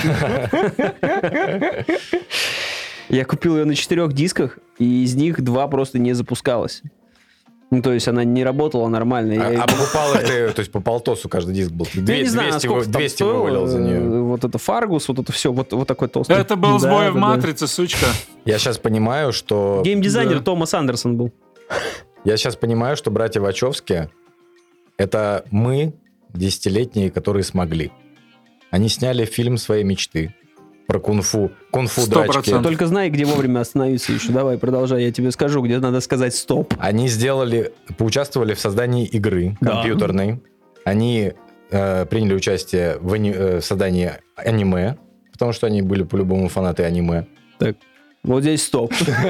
Я купил ее на четырех дисках, и из них два просто не запускалось. Ну, то есть она не работала нормально. Я- А, а покупал их ты, то есть по полтосу каждый диск был. Ты Я две- не знаю, двести насколько вы- там двести стоило, вывалил за нее. э, Вот это Фаргус, вот это все, вот, вот такой толстый. Это был Да, сбой в да, да. «Матрице», сучка. Я сейчас понимаю, что... Геймдизайнер Да. Томас Андерсон был. Я сейчас понимаю, что братья Вачовски — это мы, десятилетние, которые смогли. Они сняли фильм своей мечты про кунг-фу, кунг-фу Сто драчки. процентов. Только знай, где вовремя остановиться еще. Давай, продолжай, я тебе скажу, где надо сказать стоп. Они сделали, поучаствовали в создании игры Да. компьютерной. Они э, приняли участие в, ани- э, в создании аниме, потому что они были по-любому фанаты аниме. Вот здесь стоп.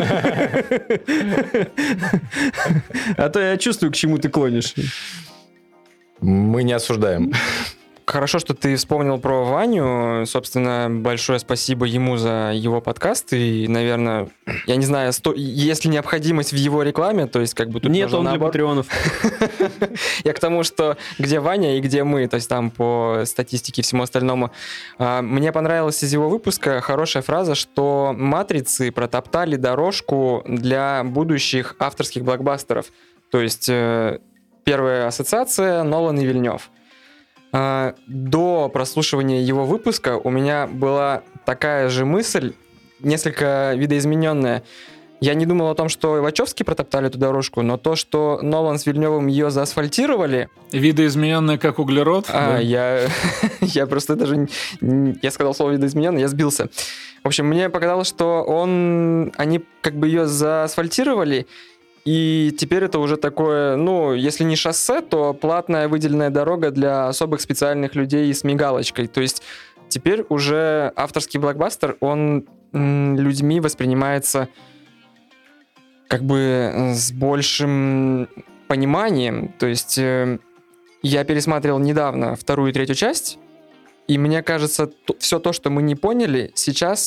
А то я чувствую, к чему ты клонишь. Мы не осуждаем. Хорошо, что ты вспомнил про Ваню. Собственно, большое спасибо ему за его подкаст. И, наверное, я не знаю, сто... есть ли необходимость в его рекламе, то есть как бы тут Нет, можно он для наоборот. патреонов. Я к тому, что где Ваня и где мы, то есть там по статистике и всему остальному. А, Мне понравилась из его выпуска хорошая фраза, что «Матрицы» протоптали дорожку для будущих авторских блокбастеров. То есть э, первая ассоциация — Нолан и Вильнев. А, До прослушивания его выпуска у меня была такая же мысль, несколько видоизмененная. Я не думал о том, что Вачовски протоптали эту дорожку, но то, что Нолан с Вильневым ее заасфальтировали, Видоизмененная как углерод. а, да. я, я просто даже... не- не- Я сказал слово видоизмененный, я сбился. В общем, мне показалось, что он... Они как бы ее заасфальтировали, и теперь это уже такое, ну, если не шоссе, то платная выделенная дорога для особых специальных людей с мигалочкой. То есть теперь уже авторский блокбастер, он м, людьми воспринимается как бы э, с большим пониманием. То есть э, я пересматривал недавно вторую и третью часть, и мне кажется, все то, что мы не поняли, сейчас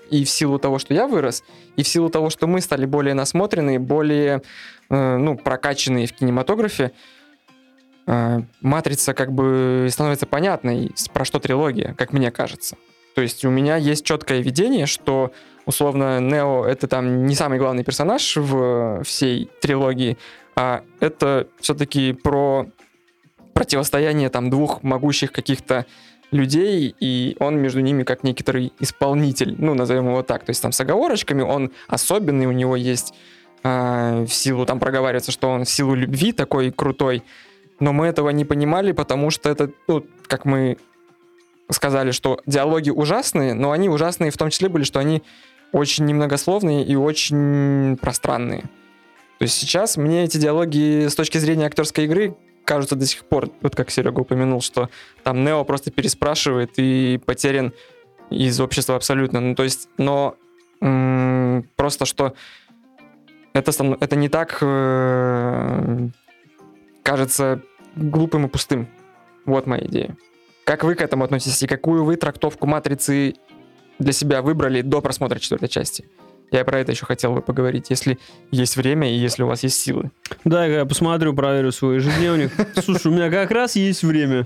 и в силу того, что я вырос, и в силу того, что мы стали более насмотренные, более, э, ну, прокачанные в кинематографе, э, «Матрица» как бы становится понятной, про что трилогия, как мне кажется. То есть у меня есть четкое видение, что, условно, Нео — это там не самый главный персонаж в всей трилогии, а это все-таки про противостояние там двух могущих каких-то людей, и он между ними как некоторый исполнитель, ну, назовем его так. То есть там с оговорочками, он особенный, у него есть э, в силу, там проговаривается, что он в силу любви такой крутой, но мы этого не понимали, потому что это, ну, как мы сказали, что диалоги ужасные, но они ужасные в том числе были, что они очень немногословные и очень пространные. То есть сейчас мне эти диалоги с точки зрения актерской игры кажутся до сих пор, вот как Серега упомянул, что там Нео просто переспрашивает и потерян из общества абсолютно. Ну, то есть, но м- просто что это, это не так э- кажется глупым и пустым. Вот моя идея. Как вы к этому относитесь и какую вы трактовку «Матрицы» для себя выбрали до просмотра четвертой части? Я про это еще хотел бы поговорить, если есть время и если у вас есть силы. Да, я посмотрю, проверю свой ежедневник. Слушай, у меня как раз есть время.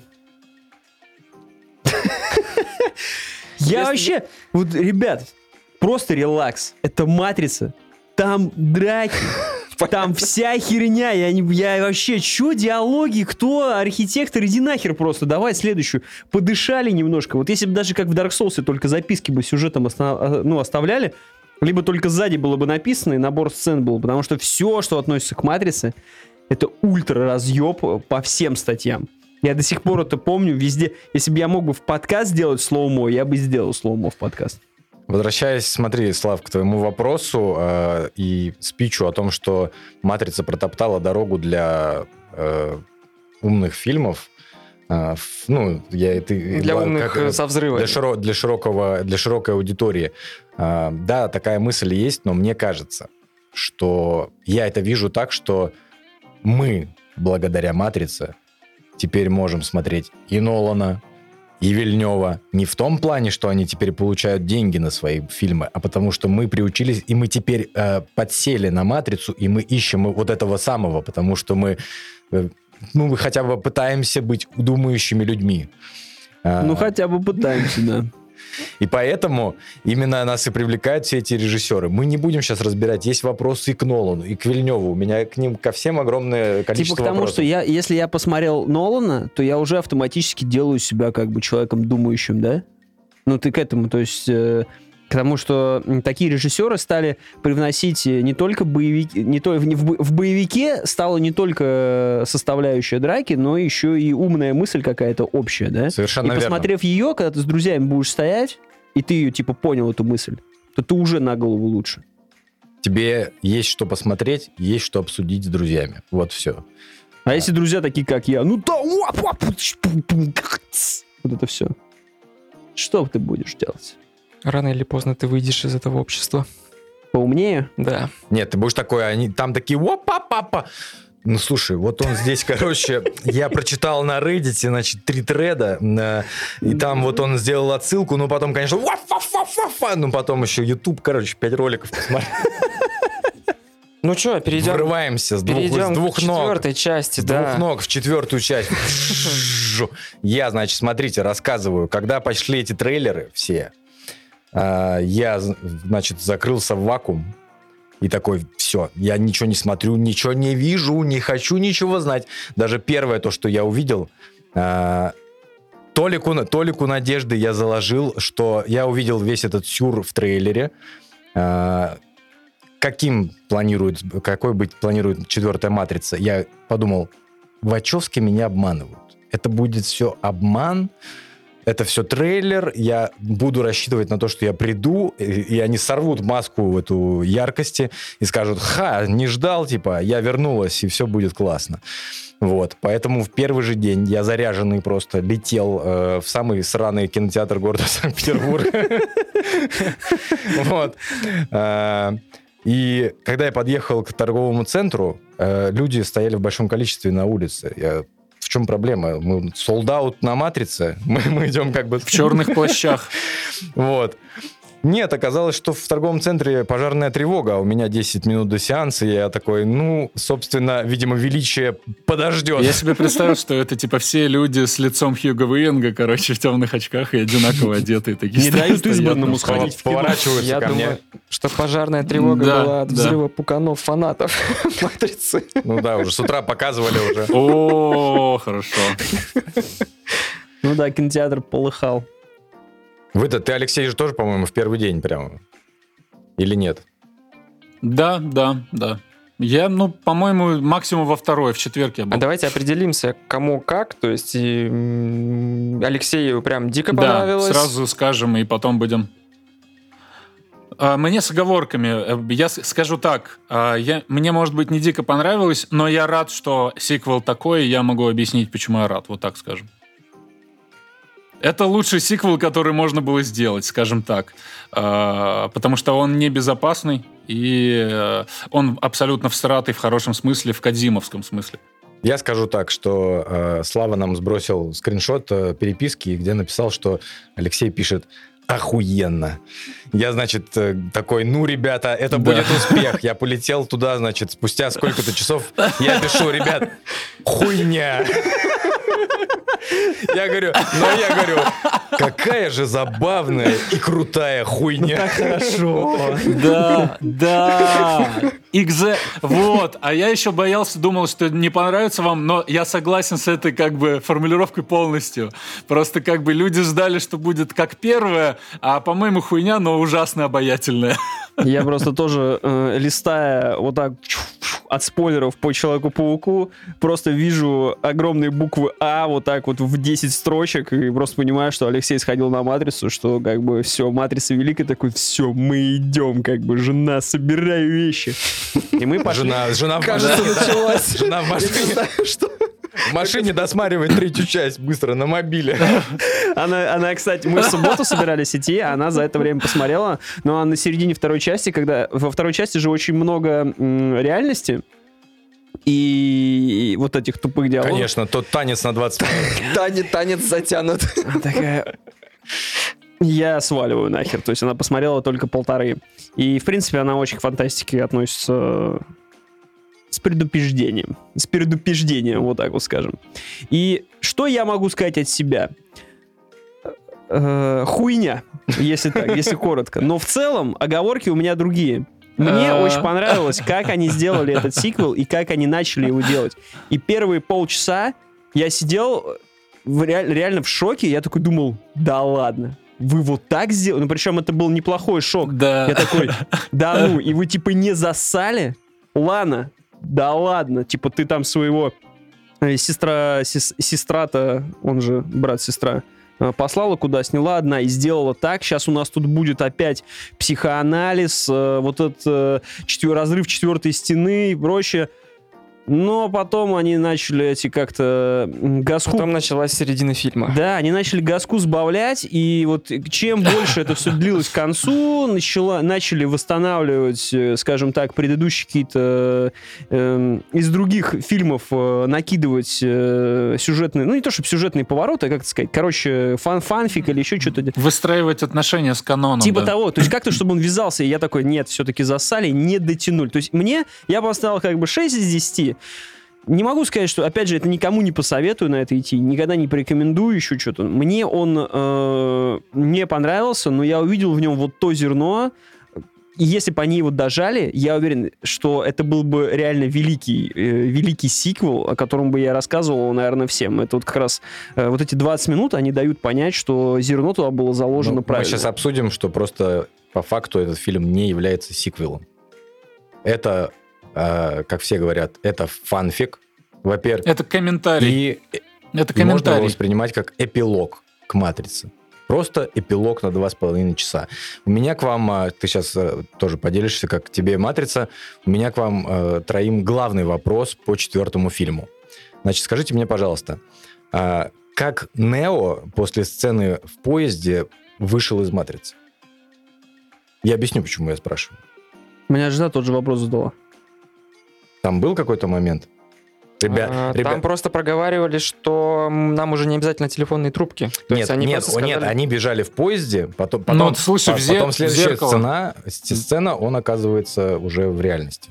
Я вообще... Вот, ребят, просто релакс. Это «Матрица». Там драки. Там вся херня. Я, не, я вообще... Чё диалоги? Кто архитектор? Иди нахер просто. Давай следующую. Подышали немножко. Вот если бы даже как в Dark Souls только записки бы сюжетом останов... ну, оставляли, либо только сзади было бы написано, и набор сцен был. Потому что все, что относится к «Матрице», это ультра разъеб по всем статьям. Я до сих пор это помню везде. Если бы я мог бы в подкаст сделать слоумо, я бы сделал слоумо в подкаст. Возвращаясь, смотри, Слав, к твоему вопросу э, и спичу о том, что «Матрица» протоптала дорогу для э, умных фильмов. Э, ф, ну, я, ты, для как, умных как, со взрывами. Для, широ, для, широкого, для широкой аудитории. Э, да, такая мысль есть, но мне кажется, что я это вижу так, что мы, благодаря «Матрице», теперь можем смотреть и Нолана, и Вильнёва. Не в том плане, что они теперь получают деньги на свои фильмы, а потому что мы приучились, и мы теперь э, подсели на «Матрицу», и мы ищем вот этого самого, потому что мы, э, ну, мы хотя бы пытаемся быть думающими людьми. Ну, хотя бы пытаемся, да. И поэтому именно нас и привлекают все эти режиссеры. Мы не будем сейчас разбирать. Есть вопросы и к Нолану, и к Вильнёву. У меня к ним ко всем огромное количество типа к тому, вопросов. что я, если я посмотрел Нолана, то я уже автоматически делаю себя как бы человеком думающим, да? Ну, ты к этому, то есть... Э, к тому, что такие режиссеры стали привносить не только боевики... Не то, в, в боевике стала не только составляющая драки, но еще и умная мысль какая-то общая, да? Совершенно и верно. посмотрев ее, когда ты с друзьями будешь стоять, и ты ее, типа, понял, эту мысль, то ты уже на голову лучше. Тебе есть что посмотреть, есть что обсудить с друзьями. Вот все. А да. Если друзья такие, как я, ну да, вот это все. Что ты будешь делать? Рано или поздно ты выйдешь из этого общества. Поумнее? Да. Нет, ты будешь такой, они там такие, опа-папа. Ну, слушай, вот он здесь, короче, я прочитал на Reddit, значит, три треда, и там вот он сделал отсылку, ну, потом, конечно, ну, потом еще YouTube, короче, пять роликов посмотрел. Ну что, перейдем, Врываемся с двух, перейдем с двух к ног. четвертой части, С да. двух ног в четвертую часть. Я, значит, смотрите, рассказываю, когда пошли эти трейлеры все, я, значит, закрылся в вакуум и такой, все, я ничего не смотрю, ничего не вижу, не хочу ничего знать. Даже первое то, что я увидел, Толику, Толику надежды я заложил, что я увидел весь этот сюр в трейлере, каким планирует, какой быть планирует четвертая «Матрица». Я подумал, Вачовски меня обманывают. Это будет все обман, это все трейлер, я буду рассчитывать на то, что я приду, и, и они сорвут маску эту яркости и скажут, ха, не ждал, типа, я вернулась, и все будет классно. Вот, поэтому в первый же день я заряженный просто летел э, в самый сраный кинотеатр города Санкт-Петербург. Вот. И когда я подъехал к торговому центру, люди стояли в большом количестве на улице. Я... В чем проблема? Мы sold out на «Матрице», мы, мы идем как бы... В черных плащах. Вот. Нет, оказалось, что в торговом центре пожарная тревога, а у меня десять минут до сеанса, и я такой, ну, собственно, видимо, величие подождет. Я себе представил, что это типа все люди с лицом Хьюго Уинга, короче, в темных очках и одинаково одетые. Такие Не дают избранному сходить в кино. Поворачиваются Я ко думаю, мне. что пожарная тревога Да, была от да. взрыва пуканов фанатов «Матрицы». Ну да, уже с утра показывали уже. О, хорошо. Ну да, кинотеатр полыхал. Вы-то, ты, Алексей, же тоже, по-моему, в первый день прямо. Или нет? Да, да, да. Я, ну, по-моему, максимум во второй, в четверг я был. А давайте определимся, кому как. То есть и, м, Алексею прям дико Да, понравилось. сразу скажем, и потом будем... А, Мне с оговорками. Я с- скажу так. а, Я, мне, может быть, не дико понравилось, но я рад, что сиквел такой, и я могу объяснить, почему я рад. Вот так скажем. Это лучший сиквел, который можно было сделать, скажем так. А, Потому что он не безопасный, и э, он абсолютно всратый в хорошем смысле, в кодзимовском смысле. Я скажу так, что э, Слава нам сбросил скриншот э, переписки, где написал, что Алексей пишет охуенно. Я, значит, э, такой, ну, ребята, это Да. будет успех. Я полетел туда, значит, спустя сколько-то часов. Я пишу, ребят, хуйня. Я говорю, ну, я говорю, какая же забавная и крутая хуйня. Хорошо. Да, да. Экзе... Вот. А я еще боялся, думал, что не понравится вам, но я согласен с этой как бы формулировкой полностью. Просто как бы люди ждали, что будет как первое, а, по-моему, хуйня, но ужасно обаятельная. Я просто тоже, э, листая вот так от спойлеров по Человеку-пауку, просто вижу огромные буквы А вот так вот в десять строчек и просто понимаю, что Алексей сходил на «Матрицу», что как бы все, «Матрица» великая, такой, все, мы идем, как бы, жена, собирай вещи. И мы пошли. Жена, жена в Кажется, машине. началась. Жена в Я не машине. знаю, что... В машине досматривает третью часть быстро на мобиле. Она, она, кстати, мы в субботу собирались идти, а она за это время посмотрела, но на середине второй части, когда во второй части же очень много м, реальности и вот этих тупых диалогов. Конечно, тот танец на двадцать минут. Танец, танец затянут. Она такая... Я сваливаю нахер. То есть она посмотрела только полторы. И, в принципе, она очень к фантастике относится с предупреждением. С предупреждением, вот так вот скажем. И что я могу сказать от себя? Э, хуйня, если так, если коротко. Но в целом оговорки у меня другие. Мне А. очень понравилось, как они сделали этот сиквел и как они начали его делать. И первые полчаса я сидел в реаль- реально в шоке. Я такой думал, да ладно, вы вот так сделали? Ну, причем это был неплохой шок. Да. Я такой, да ну, и вы типа не зассали? Лана, да ладно, типа ты там своего э, сестра, сес- сестра-то, он же брат-сестра, э, послала куда, сняла одна и сделала так. Сейчас у нас тут будет опять психоанализ, э, вот этот э, четвер- разрыв четвертой стены и прочее. Но потом они начали эти как-то м, газку... Потом началась середина фильма. Да, они начали газку сбавлять, и вот чем больше это все длилось к концу, начала, начали восстанавливать, э, скажем так, предыдущие какие-то э, из других фильмов э, накидывать э, сюжетные, ну не то чтобы сюжетные повороты, а как это сказать, короче, фан-фанфик или еще что-то. Выстраивать отношения с каноном. Типа да. того, то есть как-то, чтобы он ввязался, и я такой, нет, все-таки засали, не дотянули. То есть мне, я поставил как бы шесть из десяти. Не могу сказать, что, опять же, это никому не посоветую на это идти, никогда не порекомендую еще что-то. Мне он э, не понравился, но я увидел в нем вот то зерно, и если бы они его дожали, я уверен, что это был бы реально великий, э, великий сиквел, о котором бы я рассказывал, наверное, всем. Это вот как раз э, вот эти двадцать минут, они дают понять, что зерно туда было заложено Ну, мы правильно. сейчас обсудим, что просто по факту этот фильм не является сиквелом. Это, э, как все говорят, это фанфик, во-первых. Это комментарий. И, Это и можно его комментарий. воспринимать как эпилог к «Матрице». Просто эпилог на два с половиной часа. У меня к вам, а, ты сейчас а, тоже поделишься, как тебе «Матрица», у меня к вам а, троим главный вопрос по четвертому фильму. Значит, скажите мне, пожалуйста, а, как Нео после сцены в поезде вышел из «Матрицы»? Я объясню, почему я спрашиваю. Меня жена тот же вопрос задала. Там был какой-то момент? Ребят, А, ребят, Там просто проговаривали, что нам уже не обязательно телефонные трубки. То нет, есть они нет, просто о, нет, сказали- они бежали в поезде, потом, потом, Ну, слушай, по- в зер- потом в следующая зеркало. сцена, сцена, он оказывается уже в реальности.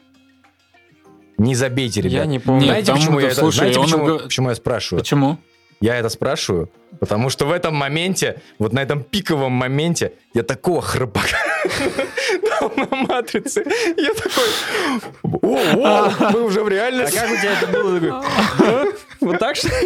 Не забейте, ребят. Я не помню. Нет, Знаете, там почему, это- я это, слушай, знаете он почему, уго- почему я спрашиваю? Почему? Я это спрашиваю, потому что в этом моменте, вот на этом пиковом моменте, я такого храпака дал на матрице. Я такой, о, мы уже в А реальности. как у тебя это было? Такой, «А? Вот так что ли?»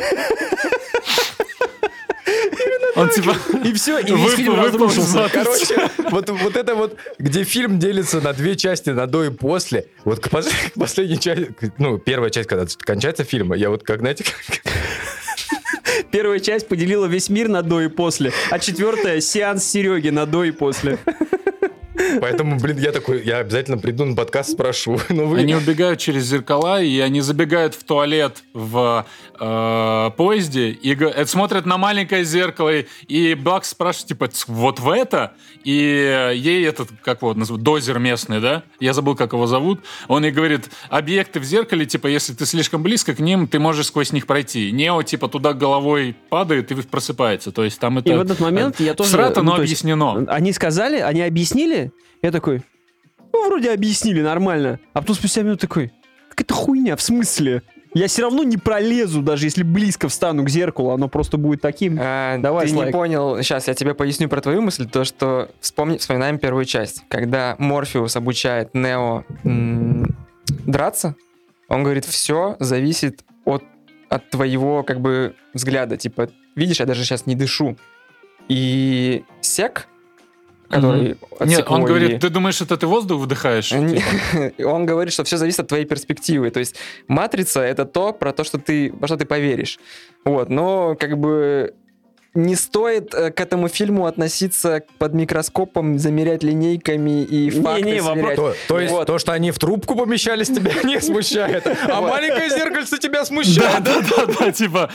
Он типа... И все, и весь Выпал- фильм выпал из разрушился. матрицы. Короче, вот, вот это вот, где фильм делится на две части, на до и после. Вот к, пос- к последней части, ну, первая часть, когда кончается фильм, я вот как, знаете, как... Первая часть поделила весь мир на до и после, а четвертая — сеанс Сереги на до и после. Поэтому, блин, я такой, я обязательно приду на подкаст, спрошу. Ну, вы... Они убегают через зеркала, и они забегают в туалет в э, поезде, и г- э, смотрят на маленькое зеркало, и, и Бакс спрашивает, типа, «Ц- вот в это?» И ей этот, как вот называют, дозер местный, да? Я забыл, как его зовут. Он ей говорит, объекты в зеркале, типа, если ты слишком близко к ним, ты можешь сквозь них пройти. Нео, типа, туда головой падает и просыпается. То есть там это... И в этот момент я тоже... Всрато, ну, но то есть объяснено. Они сказали, они объяснили, я такой, ну, вроде объяснили, нормально. А потом спустя минуту такой, какая-то хуйня, в смысле? Я все равно не пролезу, даже если близко встану к зеркалу, оно просто будет таким. А, Давай, ты не Слайк. понял, сейчас я тебе поясню про твою мысль, то, что вспомни, вспоминаем первую часть, когда Морфеус обучает Нео м, драться, он говорит, все зависит от, от твоего, как бы, взгляда, типа, видишь, я даже сейчас не дышу. И Сек, который... от Нет, он Секвойи- говорит, ты думаешь, это ты воздух вдыхаешь? Типа. Он говорит, что все зависит от твоей перспективы. То есть матрица — это то, про то, что ты, во что ты поверишь. Вот, но как бы не стоит э, к этому фильму относиться под микроскопом, замерять линейками и факты Не-не, вопрос- сверять. То, то есть Вот. то, что они в трубку помещались, тебя не смущает, а Вот. маленькое зеркальце тебя Да, смущает. да, да, да, типа...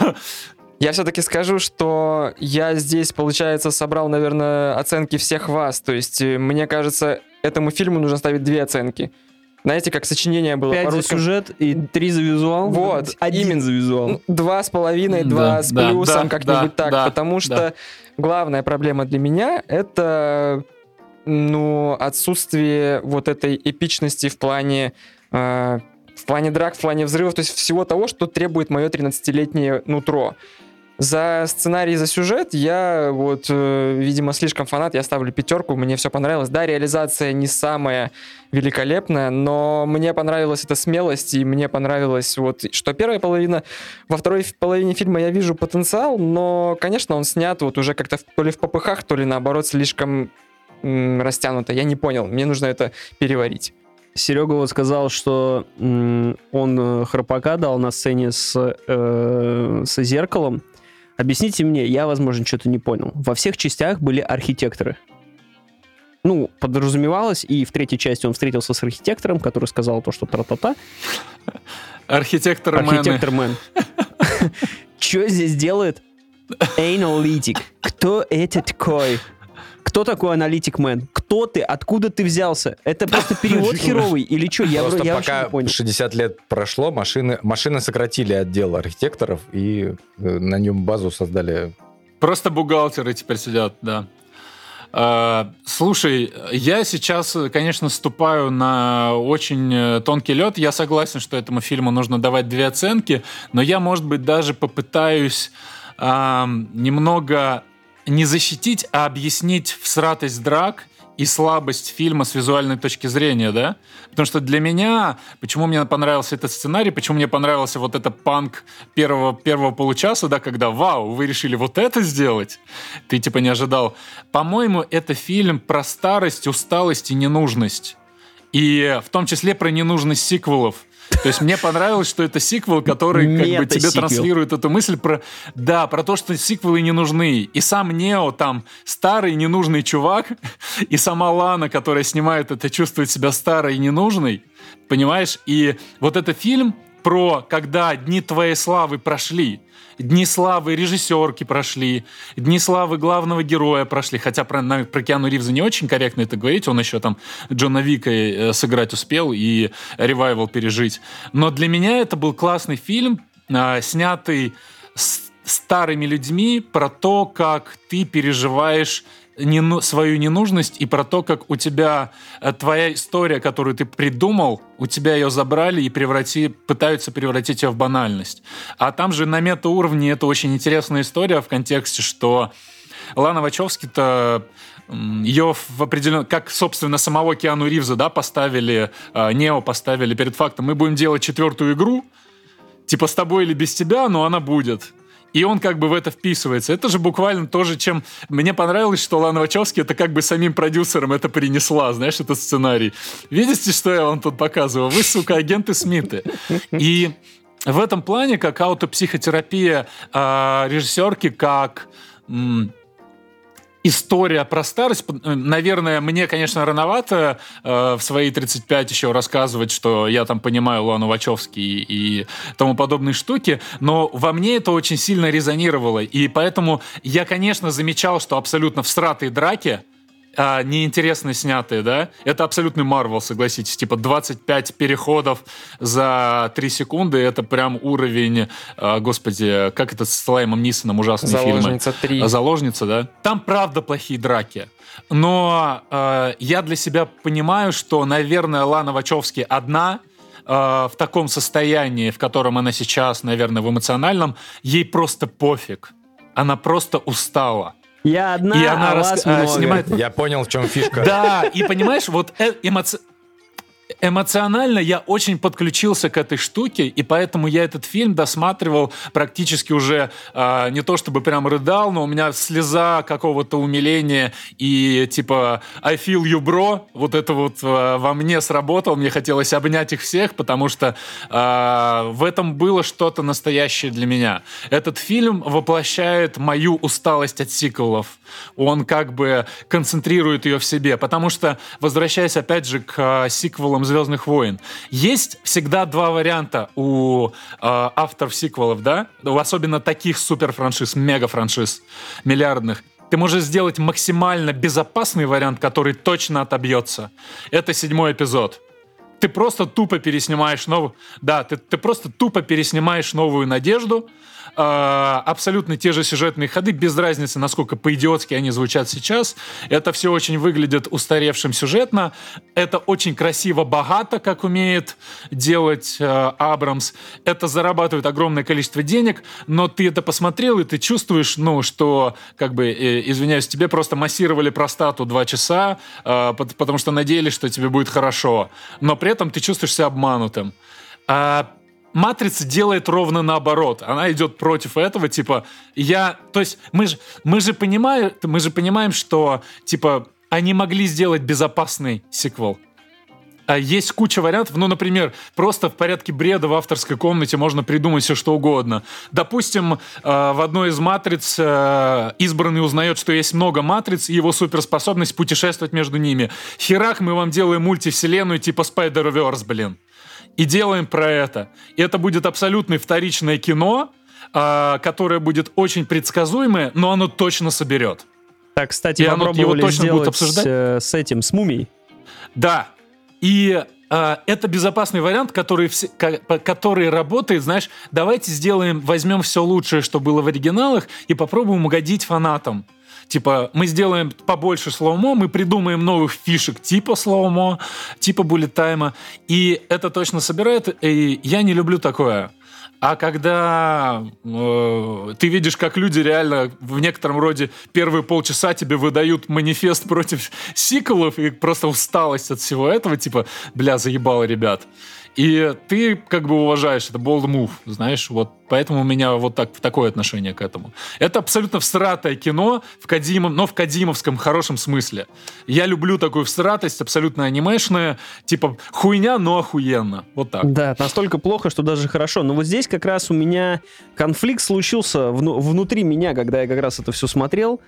Я все-таки скажу, что я здесь, получается, собрал, наверное, оценки всех вас. То есть, э, мне кажется, этому фильму нужно ставить две оценки. Знаете, как сочинение было Пять за по-русски? сюжет и три за визуал. Вот, Один именно. за визуал. Ну, два с половиной, Да, два с да, плюсом, да, как-нибудь да, так. да, потому что да. главная проблема для меня — это ну, отсутствие вот этой эпичности в плане, э, в плане драк, в плане взрывов, то есть всего того, что требует мое тринадцатилетнее нутро. За сценарий, за сюжет я вот, э, видимо, слишком фанат, я ставлю пятерку, мне все понравилось. Да, реализация не самая великолепная, но мне понравилась эта смелость, и мне понравилось вот, что первая половина, во второй половине фильма я вижу потенциал, но, конечно, он снят вот уже как-то в- то ли в попыхах, то ли наоборот слишком м, растянуто. Я не понял, мне нужно это переварить. Серега вот сказал, что м, он э, храпака дал на сцене с, э, с зеркалом. Объясните мне, я, возможно, что-то не понял. Во всех частях были архитекторы. Ну, подразумевалось, и в третьей части он встретился с архитектором, который сказал то, что тра-та-та. Архитектор Архитектор мэн. Что здесь делает аналитик? Кто это такой? Кто такой аналитик мэн? Кто ты? Откуда ты взялся? Это просто перевод херовый или что? Я, Просто я вообще пока не понял. шестьдесят лет прошло, машины, машины сократили отдел архитекторов и э, на нем базу создали. Просто бухгалтеры теперь сидят, да. А, слушай, я сейчас, конечно, ступаю на очень э, тонкий лед. Я согласен, что этому фильму нужно давать две оценки, но я, может быть, даже попытаюсь а, немного не защитить, а объяснить всратость драк и слабость фильма с визуальной точки зрения, да? Потому что для меня, почему мне понравился этот сценарий, почему мне понравился вот этот панк первого, первого получаса, да, когда, вау, вы решили вот это сделать, ты типа не ожидал. По-моему, это фильм про старость, усталость и ненужность. И в том числе про ненужность сиквелов. То есть мне понравилось, что это сиквел, который как бы тебе Мета-сиквел. транслирует эту мысль про, да, про то, что сиквелы не нужны. И сам Нео там старый ненужный чувак, и сама Лана, которая снимает это, чувствует себя старой и ненужной, понимаешь? И вот этот фильм про когда дни твоей славы прошли. Дни славы режиссерки прошли, дни славы главного героя прошли. Хотя про, про Киану Ривза не очень корректно это говорить. Он еще там Джона Вика сыграть успел и ревайвал пережить. Но для меня это был классный фильм, э, снятый с старыми людьми, про то, как ты переживаешь не, свою ненужность, и про то, как у тебя э, твоя история, которую ты придумал, у тебя ее забрали и преврати, пытаются превратить ее в банальность. А там же на метауровне это очень интересная история в контексте, что Лана Вачовски-то ее в определенном... Как, собственно, самого Киану Ривза, да, поставили, э, Нео поставили перед фактом, мы будем делать четвертую игру, типа с тобой или без тебя, но она будет. И он как бы в это вписывается. Это же буквально тоже, чем... Мне понравилось, что Лана Вачовски это как бы самим продюсерам это принесла, знаешь, этот сценарий. Видите, что я вам тут показываю? Вы, сука, агенты Смиты. И в этом плане, как аутопсихотерапия э, режиссерки, как... М- История про старость, наверное, мне, конечно, рановато э, в свои тридцать пять еще рассказывать, что я там понимаю Лану Вачовски и, и тому подобные штуки, но во мне это очень сильно резонировало, и поэтому я, конечно, замечал, что абсолютно всратые драки, а, неинтересно снятые, да, это абсолютный Марвел, согласитесь, типа двадцать пять переходов за три секунды, это прям уровень, а, господи, как это с Лаймом Нисоном ужасные Заложница фильмы. три. Заложница, да. Там правда плохие драки, но а, я для себя понимаю, что, наверное, Лана Вачовски одна, в таком состоянии, в котором она сейчас, наверное, в эмоциональном, ей просто пофиг. Она просто устала. Я одна, и она а рас... вас а, много. снимает... Я понял, в чем фишка. Да, и понимаешь, вот эмоци... эмоционально я очень подключился к этой штуке, и поэтому я этот фильм досматривал практически уже э, не то чтобы прям рыдал, но у меня слеза какого-то умиления и типа I feel you, bro, вот это вот э, во мне сработало, мне хотелось обнять их всех, потому что э, в этом было что-то настоящее для меня. Этот фильм воплощает мою усталость от сиквелов, он как бы концентрирует ее в себе, потому что, возвращаясь опять же к э, сиквелам «Звездных войн», есть всегда два варианта у э, авторов сиквелов, да, особенно таких суперфраншиз, мегафраншиз, миллиардных. Ты можешь сделать максимально безопасный вариант, который точно отобьется. Это седьмой эпизод. Ты просто тупо переснимаешь новую... Да, ты, ты просто тупо переснимаешь «Новую надежду», Uh, абсолютно те же сюжетные ходы, без разницы, насколько по-идиотски они звучат сейчас. Это все очень выглядит устаревшим сюжетно. Это очень красиво, богато, как умеет делать uh, Абрамс. Это зарабатывает огромное количество денег, но ты это посмотрел, и ты чувствуешь, ну, что, как бы, э, извиняюсь, тебе просто массировали простату два часа, uh, потому что надеялись, что тебе будет хорошо. Но при этом ты чувствуешь себя обманутым. Uh, «Матрица» делает ровно наоборот. Она идет против этого, типа, я... То есть мы же, мы же понимаем, мы же понимаем, что, типа, они могли сделать безопасный сиквел. Есть куча вариантов. Ну, например, просто в порядке бреда в авторской комнате можно придумать все, что угодно. Допустим, в одной из матриц избранный узнает, что есть много матриц, и его суперспособность путешествовать между ними. Херак, мы вам делаем мультивселенную типа Spider-Verse, блин. И делаем про это. И это будет абсолютно вторичное кино, э, которое будет очень предсказуемое, но оно точно соберет. Так, кстати, и попробовали оно, сделать э, с этим, с «Мумией». Да. И э, это безопасный вариант, который, все, который работает, знаешь, давайте сделаем, возьмем все лучшее, что было в оригиналах, и попробуем угодить фанатам. Типа, мы сделаем побольше слоумо, мы придумаем новых фишек типа слоумо, типа буллет-тайма, и это точно собирает, и я не люблю такое. А когда э, ты видишь, как люди реально в некотором роде первые полчаса тебе выдают манифест против сиквелов, и просто усталость от всего этого, типа, бля, заебало, ребят. И ты как бы уважаешь, это bold move, знаешь, вот поэтому у меня вот так, такое отношение к этому. Это абсолютно всратое кино, в Кодзимо, но в кодзимовском хорошем смысле. Я люблю такую всратость, абсолютно анимешная, типа хуйня, но охуенно. Вот так. Да, настолько плохо, что даже хорошо. Но вот здесь как раз у меня конфликт случился вну- внутри меня, когда я как раз это все смотрел.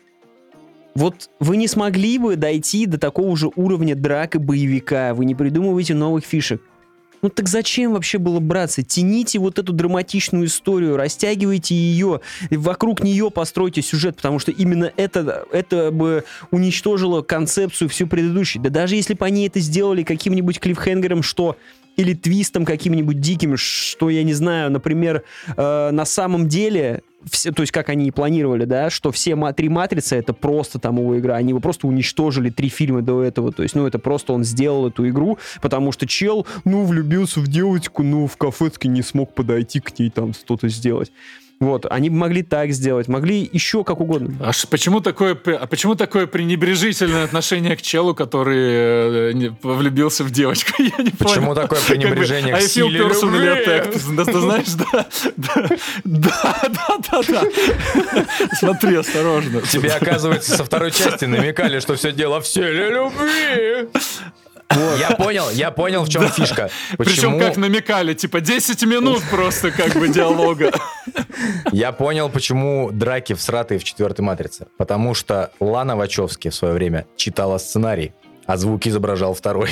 Вот вы не смогли бы дойти до такого же уровня драк и боевика, вы не придумываете новых фишек. Ну так зачем вообще было браться? Тяните вот эту драматичную историю, растягивайте ее, вокруг нее постройте сюжет, потому что именно это, это бы уничтожило концепцию всю предыдущую. Да даже если бы они это сделали каким-нибудь клиффхенгером, что... или твистом каким-нибудь диким, что, я не знаю, например, э, на самом деле, все, то есть как они и планировали, да, что все ма- три «Матрицы» — это просто там его игра, они его просто уничтожили три фильма до этого, то есть, ну, это просто он сделал эту игру, потому что чел, ну, влюбился в девочку, ну, в кафешке не смог подойти к ней там что-то сделать. Вот, они бы могли так сделать, могли еще как угодно. А ш- почему такое, а почему такое пренебрежительное отношение к челу, который э, не, влюбился в девочку? Я не Почему понял. такое пренебрежение Как бы, к силе I feel personally любви? attacked. Да, ты знаешь, да, да, да, да, да, да. Смотри, осторожно. Тебе, оказывается, со второй части намекали, что все дело в силе любви. Вот. Я понял, я понял, в чем да. фишка. Почему? Причем как намекали, типа десять минут просто как бы диалога. Я понял, почему драки всратые в четвертой «Матрице». Потому что Лана Вачовски в свое время читала сценарий, а звук изображал второй.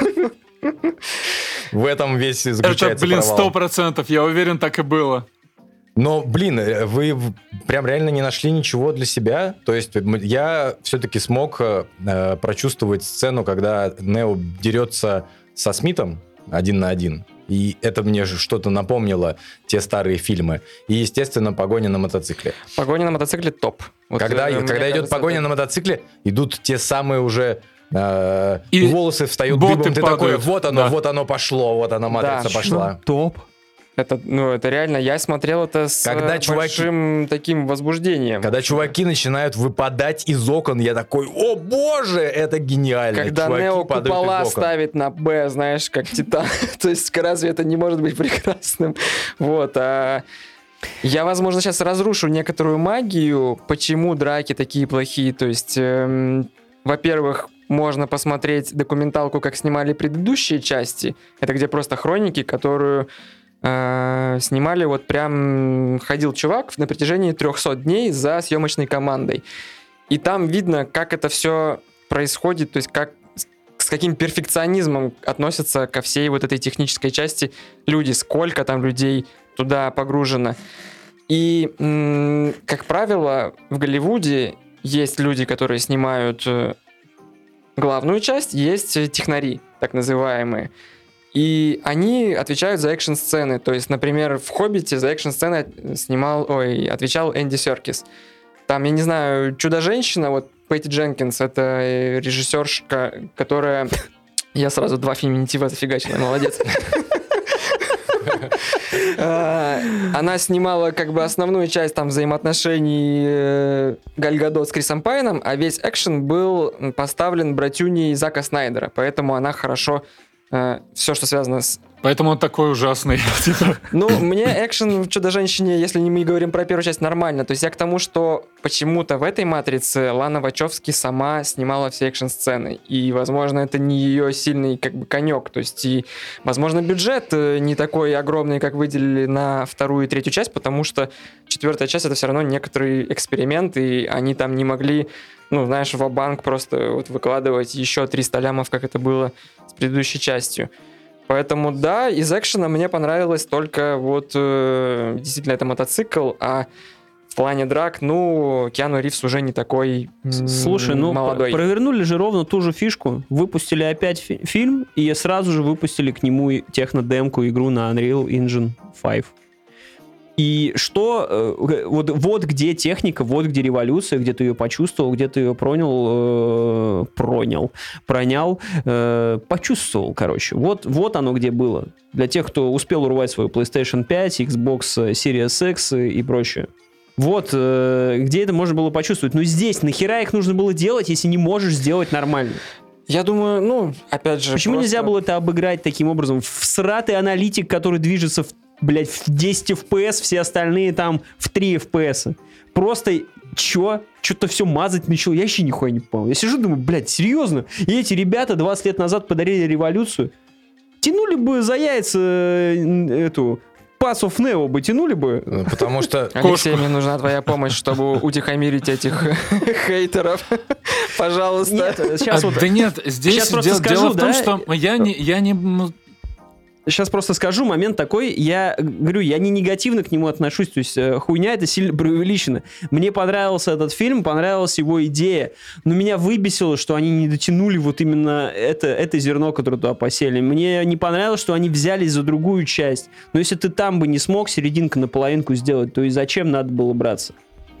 В этом весь заключается провал. Это, блин, сто провал. процентов, я уверен, так и было. Но, блин, вы прям реально не нашли ничего для себя? То есть я все-таки смог э, прочувствовать сцену, когда Нео дерется со Смитом один на один. И это мне что-то напомнило, те старые фильмы. И, естественно, погоня на мотоцикле. Погоня на мотоцикле топ. Вот когда э, когда идет погоня это... на мотоцикле, идут те самые уже... Э, и волосы встают дыбом, ты падают. такой, вот оно, да. вот оно пошло, вот она «Матрица» да, пошла. Топ. Это, ну, это реально, я смотрел это с Когда чуваки, большим таким возбуждением. Когда чуваки начинают выпадать из окон, я такой, о боже, это гениально. Когда чуваки Нео падают купола из окон. ставит на Б, знаешь, как Титан. То есть разве это не может быть прекрасным? Вот, а... Я, возможно, сейчас разрушу некоторую магию, почему драки такие плохие. То есть, эм, во-первых, можно посмотреть документалку, как снимали предыдущие части. Это где просто хроники, которую... снимали, вот прям ходил чувак на протяжении трехсот дней за съемочной командой. И там видно, как это все происходит, то есть как, с каким перфекционизмом относятся ко всей вот этой технической части люди, сколько там людей туда погружено. И, м- как правило, в Голливуде есть люди, которые снимают главную часть, есть технари, так называемые. И они отвечают за экшн-сцены. То есть, например, в «Хоббите» за экшн-сцены снимал, ой, отвечал Энди Серкис. Там, я не знаю, «Чудо-женщина», вот Пэтти Дженкинс, это режиссершка, которая... Я сразу два феминитива зафигачила, молодец. Она снимала как бы основную часть там взаимоотношений Галь Гадот с Крисом Пайном, а весь экшен был поставлен братюней Зака Снайдера, поэтому она хорошо... все, что связано с... Поэтому он такой ужасный. Ну, мне экшен в «Чудо-женщине», если не мы говорим про первую часть, нормально. То есть я к тому, что почему-то в этой «Матрице» Лана Вачовски сама снимала все экшн-сцены. И, возможно, это не ее сильный как бы конек. То есть, и, возможно, бюджет не такой огромный, как выделили на вторую и третью часть, потому что четвертая часть — это все равно некоторый эксперимент, и они там не могли, ну, знаешь, ва-банк просто вот выкладывать еще триста лямов, как это было с предыдущей частью. Поэтому, да, из экшена мне понравилось только вот э, действительно это мотоцикл, а в плане драк, ну, Киану Ривз уже не такой м- Слушай, ну, молодой. провернули же ровно ту же фишку. Выпустили опять фи- фильм, и сразу же выпустили к нему технодемку, игру на Unreal Engine пять. И что, э, вот, вот где техника, вот где революция, где ты ее почувствовал, где ты ее пронял, э, пронял, пронял, э, почувствовал, короче. Вот, вот оно где было. Для тех, кто успел урвать свою PlayStation пять, Xbox Series X и прочее. Вот, э, где это можно было почувствовать. Но здесь нахера их нужно было делать, если не можешь сделать нормально? Я думаю, ну, опять же... Почему просто... нельзя было это обыграть таким образом? Всратый аналитик, который движется в блять, в десять эф пи эс, все остальные там в три эф пи эс. Просто, чё? Что-то все мазать начал. Я вообще нихуя не понял. Я сижу, думаю, блядь, серьезно? И эти ребята двадцать лет назад подарили революцию. Тянули бы за яйца эту... Pass of Neo бы тянули бы. Потому что... Алексей, мне нужна твоя помощь, чтобы утихомирить этих хейтеров. Пожалуйста. Нет, сейчас а, вот... Да нет, здесь сейчас просто дело, скажу, дело в том, да? что я не... Я не сейчас просто скажу, момент такой, я говорю, я не негативно к нему отношусь, то есть э, хуйня это сильно преувеличено. Мне понравился этот фильм, понравилась его идея, но меня выбесило, что они не дотянули вот именно это, это зерно, которое туда посели. Мне не понравилось, что они взялись за другую часть. Но если ты там бы не смог серединку на половинку сделать, то и зачем надо было браться?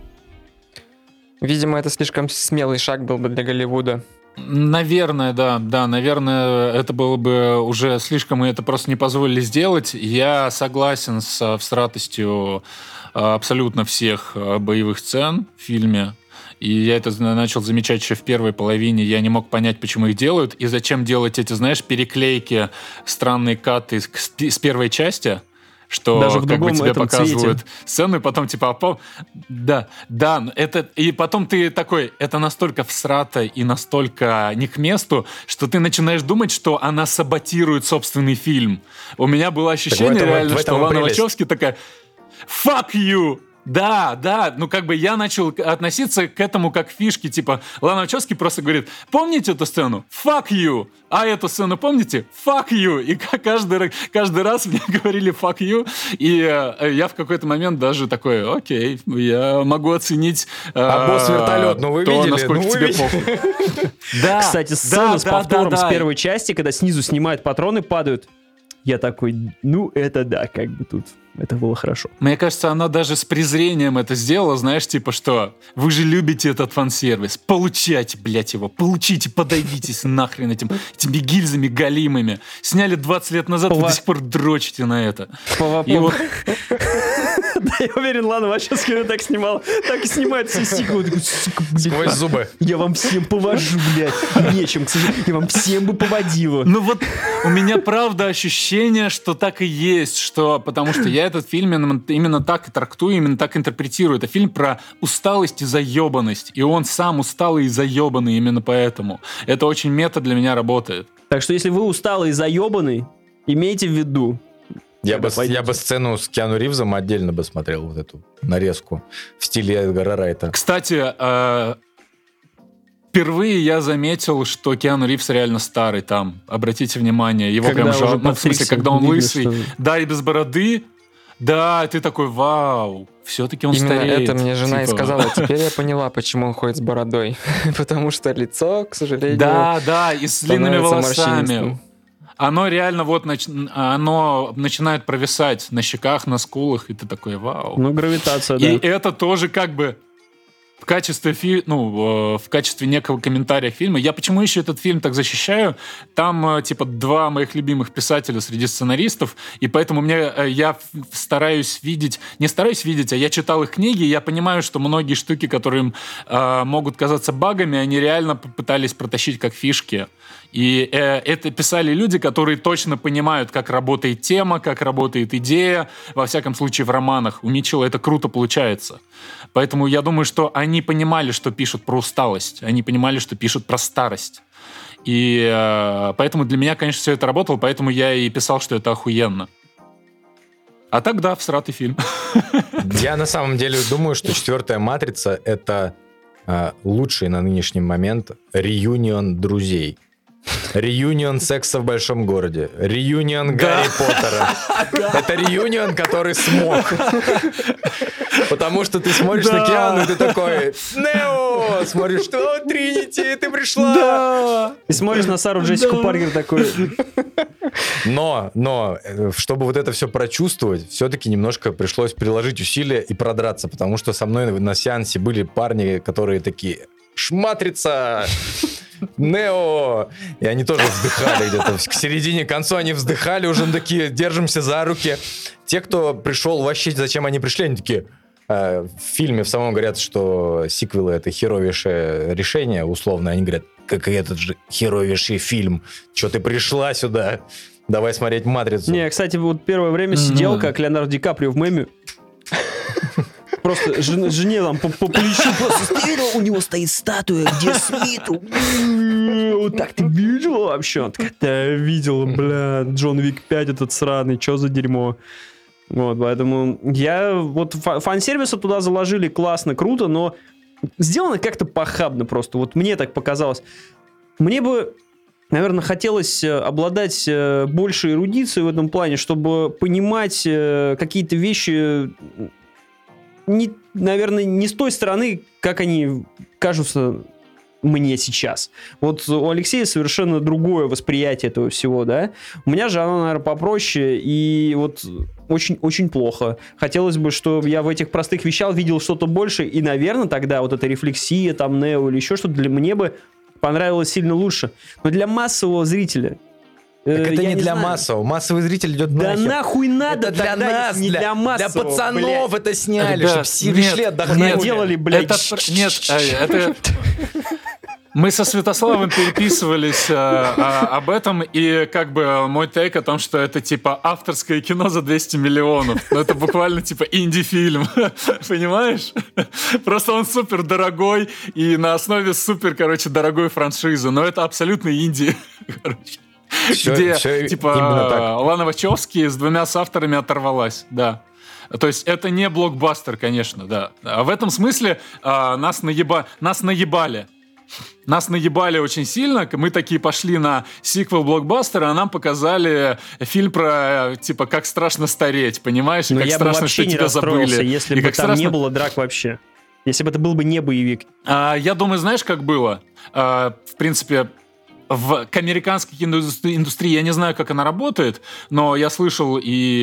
Видимо, это слишком смелый шаг был бы для Голливуда. Наверное, да, да, наверное, это было бы уже слишком, и это просто не позволили сделать. Я согласен с всратостью абсолютно всех боевых сцен в фильме. И я это начал замечать еще в первой половине. Я не мог понять, почему их делают, и зачем делать эти, знаешь, переклейки, странные каты с первой части. Что даже в как бы тебе показывают цвете. Сцену, и потом типа, а, да, да, это, и потом ты такой, это настолько всрато и настолько не к месту, что ты начинаешь думать, что она саботирует собственный фильм. У меня было ощущение этом, реально, что Лана Вачовски такая, fuck you! Да, да, ну как бы я начал относиться к этому как к фишке, типа, Лана Вачовски просто говорит, помните эту сцену? Fuck you! А эту сцену помните? Fuck you! И каждый, каждый раз мне говорили fuck you, и э, я в какой-то момент даже такой, окей, я могу оценить э, а босс вертолет, ну вы то, видели? насколько ну, тебе вы похуй. Да, Кстати, сцена да, с да, повтором да, да. с первой части, когда снизу снимают патроны, падают. Я такой, ну это да, как бы тут. Это было хорошо. Мне кажется, она даже с презрением это сделала, знаешь, типа что, вы же любите этот фан-сервис, получайте, блядь, его, получите, подойдитесь нахрен этим, этими гильзами галимыми. Сняли двадцать лет назад, вы Пова- до сих пор дрочите на это. Пова- И вот Да, я уверен, ладно, ваш сейчас так снимал, так и снимает все сиквелы. Такой, сука, блядь, Сквозь зубы. я вам всем повожу, блядь. Нечем, к сожалению, я вам всем бы поводила. Ну вот у меня правда ощущение, что так и есть, что потому что я этот фильм именно, именно так и трактую, именно так интерпретирую. Это фильм про усталость и заебанность, и он сам усталый и заебанный именно поэтому. Это очень мета для меня работает. Так что если вы усталый и заебанный, имейте в виду. Я бы, пойдите. я бы сцену с Киану Ривзом отдельно бы смотрел, вот эту нарезку в стиле Эдгара Райта. Кстати, э, впервые я заметил, что Киану Ривз реально старый там. Обратите внимание, его Когда прям уже жалко. Ну, в смысле, подстригся, когда он видно, лысый, что- да, и без бороды. Да, ты такой, вау, все-таки он Именно стареет. это мне жена и Типа, сказала. Теперь я поняла, почему он ходит с бородой. Потому что лицо, к сожалению, Да, да, и с длинными становится волосами. морщинистым. Оно реально вот нач- оно начинает провисать на щеках, на скулах, и ты такой, вау. Ну, гравитация, И да. это тоже как бы в качестве, фи- ну, э, в качестве некого комментария фильма. Я почему еще этот фильм так защищаю? Там, э, типа, два моих любимых писателя среди сценаристов, и поэтому мне, э, я ф- стараюсь видеть, не стараюсь видеть, а я читал их книги, и я понимаю, что многие штуки, которые им э, могут казаться багами, они реально попытались протащить как фишки. И э, это писали люди, которые точно понимают, как работает тема, как работает идея. Во всяком случае, в романах у Митчелла это круто получается. Поэтому я думаю, что они понимали, что пишут про усталость. Они понимали, что пишут про старость. И э, поэтому для меня, конечно, все это работало, поэтому я и писал, что это охуенно. А так, да, всратый фильм. Я на самом деле думаю, что четвертая «Матрица» — это а, лучший на нынешний момент реюнион друзей. Реюнион секса в большом городе. Реюнион Гарри Поттера. Это реюнион, который смог. Потому что ты смотришь на Киану, и ты такой: Нео! Смотришь, что Тринити, ты пришла! И смотришь на Сару Джессику Паркер такой... Но, но, э, чтобы вот это все прочувствовать, все-таки немножко пришлось приложить усилия и продраться, потому что со мной на сеансе были парни, которые такие: «Шматрица! Нео!» И они тоже вздыхали где-то. К середине, к концу они вздыхали, уже такие: «Держимся за руки». Те, кто пришел, вообще зачем они пришли, они такие... э, В фильме в самом говорят, что сиквелы — это херовейшее решение, условно. Они говорят: как и этот же херовейший фильм. Че ты пришла сюда? Давай смотреть «Матрицу». Не, кстати, вот первое время сидел, как Леонардо Ди Каприо в меме. Просто жен- жене там по, по плечу просто стояла, у него стоит статуя, где Смиту. Вот так ты видела вообще? Он такая: да, видела, бля, Джон Уик пять этот сраный, что за дерьмо? Вот, поэтому я... Вот фа- фан-сервиса туда заложили классно, круто, но сделано как-то похабно просто. Вот мне так показалось. Мне бы... наверное, хотелось обладать большей эрудицией в этом плане, чтобы понимать какие-то вещи, не, наверное, не с той стороны, как они кажутся мне сейчас. Вот у Алексея совершенно другое восприятие этого всего, да? У меня же оно, наверное, попроще, и вот очень-очень плохо. Хотелось бы, чтобы я в этих простых вещах видел что-то больше, и, наверное, тогда вот эта рефлексия, там, Нео или еще что-то для мне бы понравилось сильно лучше. Но для массового зрителя... Так это я не, не для знаю. массового. Массовый зритель идет Да нахер. нахуй надо Это для тогда, нас, если не для, для массового, для пацанов блядь. это сняли, Ребят, чтобы все нет, решили отдохнуть. нет, Делали, блядь. Это, пр- нет, э, это... Мы со Святославом переписывались э, а, об этом, и как бы мой тейк о том, что это типа авторское кино за двести миллионов. Ну, это буквально типа инди-фильм, понимаешь? Просто он супер дорогой и на основе супер, короче, дорогой франшизы, но это абсолютно инди, короче. Всё- Где, всё именно типа, так. Лана Вачовски с двумя соавторами оторвалась, да. То есть это не блокбастер, конечно, да. А в этом смысле а, нас, наеба... нас наебали. Нас наебали очень сильно. Мы такие пошли на сиквел блокбастера, а нам показали фильм про, типа, как страшно стареть, понимаешь? И Но как я бы страшно, вообще что не тебя расстроился, забыли. если И бы как там страшно- не было драк вообще. Если бы это был бы не боевик. А, я думаю, знаешь, как было? А, в принципе, в к американской киноиндустрии индустрии я не знаю, как она работает, но я слышал и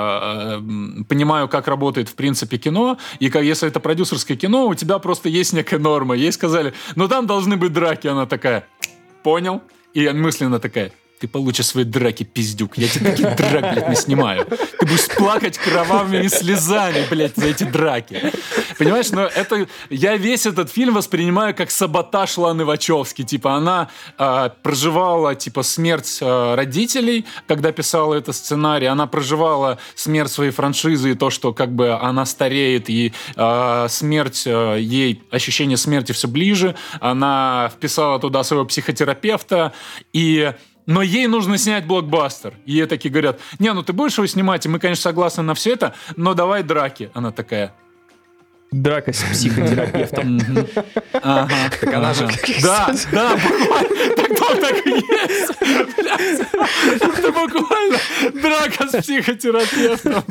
э, понимаю, как работает в принципе кино, и как, если это продюсерское кино, у тебя просто есть некая норма. Ей сказали, ну там должны быть драки. Она такая, понял? И мысленно такая, ты получишь свои драки, пиздюк. Я тебе таких драк, блядь, не снимаю. Ты будешь плакать кровавыми слезами, блядь, за эти драки. Понимаешь, но это... Я весь этот фильм воспринимаю как саботаж Ланы Вачовски. Типа, она э, проживала, типа, смерть э, родителей, когда писала этот сценарий. Она проживала смерть своей франшизы и то, что, как бы, она стареет, и э, смерть, э, ей ощущение смерти все ближе. Она вписала туда своего психотерапевта, и... Но ей нужно снять блокбастер. И ей такие говорят, не, ну ты будешь его снимать, и мы, конечно, согласны на все это, но давай драки. Она такая... Драка с психотерапевтом. Ага. Так она же... Да, да, буквально. Так то так и есть. Блядь. Это буквально драка с психотерапевтом.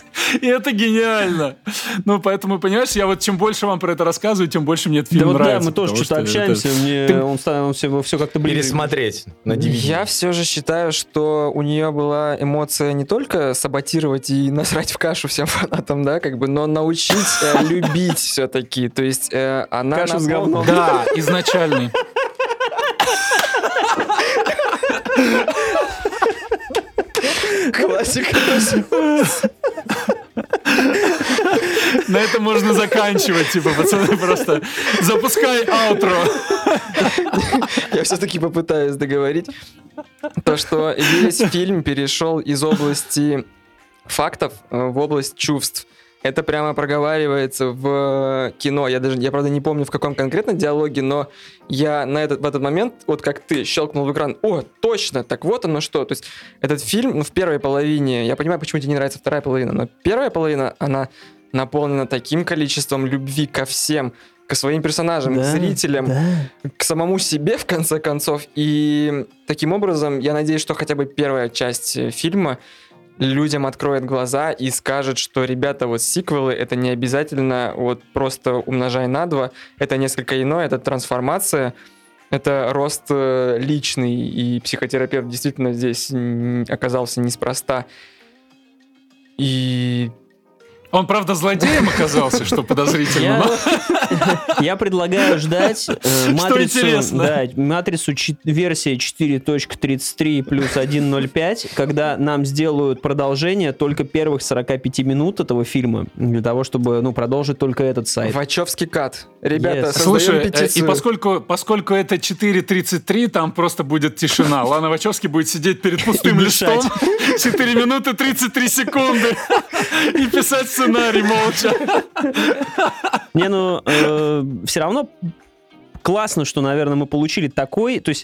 И это гениально. Ну, поэтому, понимаешь, я вот чем больше вам про это рассказываю, тем больше мне этот Да фильм вот да, нравится. мы тоже потому что-то что это- общаемся, мне Ты- он ста- он все, все как-то ближе. Пересмотреть на ди ви ди. Я все же считаю, что у нее была эмоция не только саботировать и насрать в кашу всем фанатам, да, как бы, но научить э, любить все-таки. То есть э, она... Кашу с напол- говном. Да, изначальный. Классика. На этом можно заканчивать, типа, пацаны, просто запускай аутро. Я все-таки попытаюсь договорить. То, что весь фильм перешел из области фактов э, в область чувств. Это прямо проговаривается в кино. Я даже, я правда не помню в каком конкретно диалоге, но я на этот, в этот момент, вот как ты щелкнул в экран, о, точно, так вот оно что. То есть этот фильм, ну, в первой половине, я понимаю, почему тебе не нравится вторая половина, но первая половина, она наполнена таким количеством любви ко всем, к своим персонажам, к Да, зрителям, да. к самому себе, в конце концов. И таким образом, я надеюсь, что хотя бы первая часть э, фильма людям откроет глаза и скажет, что, ребята, вот сиквелы — это не обязательно вот просто умножай на два, это несколько иное, это трансформация, это рост э, личный, и психотерапевт действительно здесь м, оказался неспроста. И... Он, правда, злодеем оказался, что подозрительно. Я, но- я предлагаю ждать э, матрицу, интересно? да, матрицу чи- версия четыре точка тридцать три плюс сто пять, когда нам сделают продолжение только первых сорока пяти минут этого фильма, для того, чтобы ну, продолжить только этот сайт. Вачовский кат. Ребята, Yes. создаем Слушай, э, и петицию. поскольку, поскольку это четыре тридцать три, там просто будет тишина. Лана Вачовски будет сидеть перед пустым И листом дышать. четыре минуты тридцать три секунды и писать сценарий молча. Не, ну, э, все равно классно, что, наверное, мы получили такой, то есть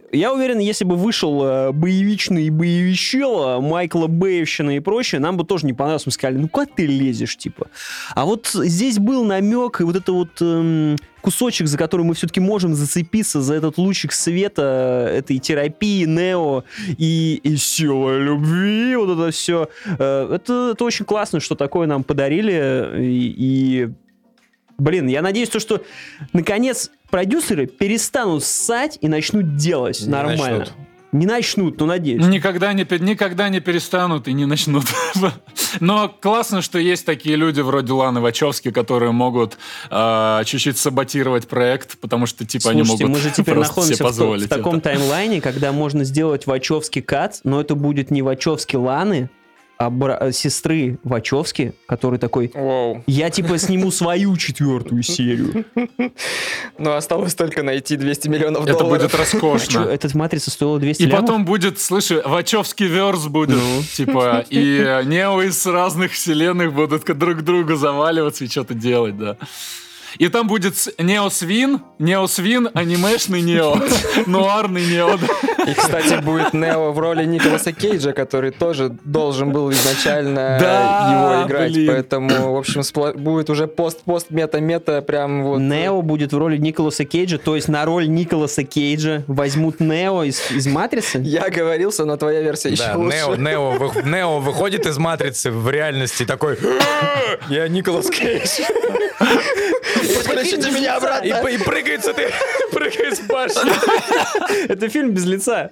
я уверен, если бы вышел э, боевичный и боевищело, Майкла Бэевщина и прочее, нам бы тоже не понравилось. Мы сказали, ну куда ты лезешь, типа. А вот здесь был намек, и вот это вот эм, кусочек, за который мы все-таки можем зацепиться, за этот лучик света этой терапии, Нео и, и сила любви, вот это все. Э, это, это очень классно, что такое нам подарили, и... и блин, я надеюсь, то, что наконец продюсеры перестанут ссать и начнут делать Не нормально. начнут. Не начнут, но надеюсь. Никогда не, пе- никогда не перестанут и не начнут. Но классно, что есть такие люди вроде Ланы Вачовски, которые могут э, чуть-чуть саботировать проект, потому что типа Слушайте, они могут мы же теперь просто себе находимся в, то- позволить в таком это. таймлайне, когда можно сделать Вачовски кат, но это будет не Вачовски Ланы, а бра- сестры Вачовски, который такой, Воу. я типа сниму свою четвертую серию. Но осталось только найти двести миллионов Это долларов. будет А что, роскошно. эта матрица стоила двести И лямов? потом будет, слушай, Вачовский верс будет, Ну. типа, и э, Нео из разных вселенных будут к- друг к другу заваливаться и что-то делать, да. И там будет с- Нео Свин, Нео Свин, анимешный Нео, нуарный Нео. да. И, кстати, будет Нео в роли Николаса Кейджа, который тоже должен был изначально Да, его играть. блин. Поэтому, в общем, спла- будет уже пост-пост-мета-мета прям вот... Нео будет в роли Николаса Кейджа, то есть на роль Николаса Кейджа возьмут Нео из, из «Матрицы». Я оговорился, но твоя версия еще Да, лучше. Нео, Нео, вы- Нео выходит из матрицы в реальности такой, я Николас Кейдж. Подключите меня И, обратно. и прыгает с этой, прыгает с башни. Это фильм без лица.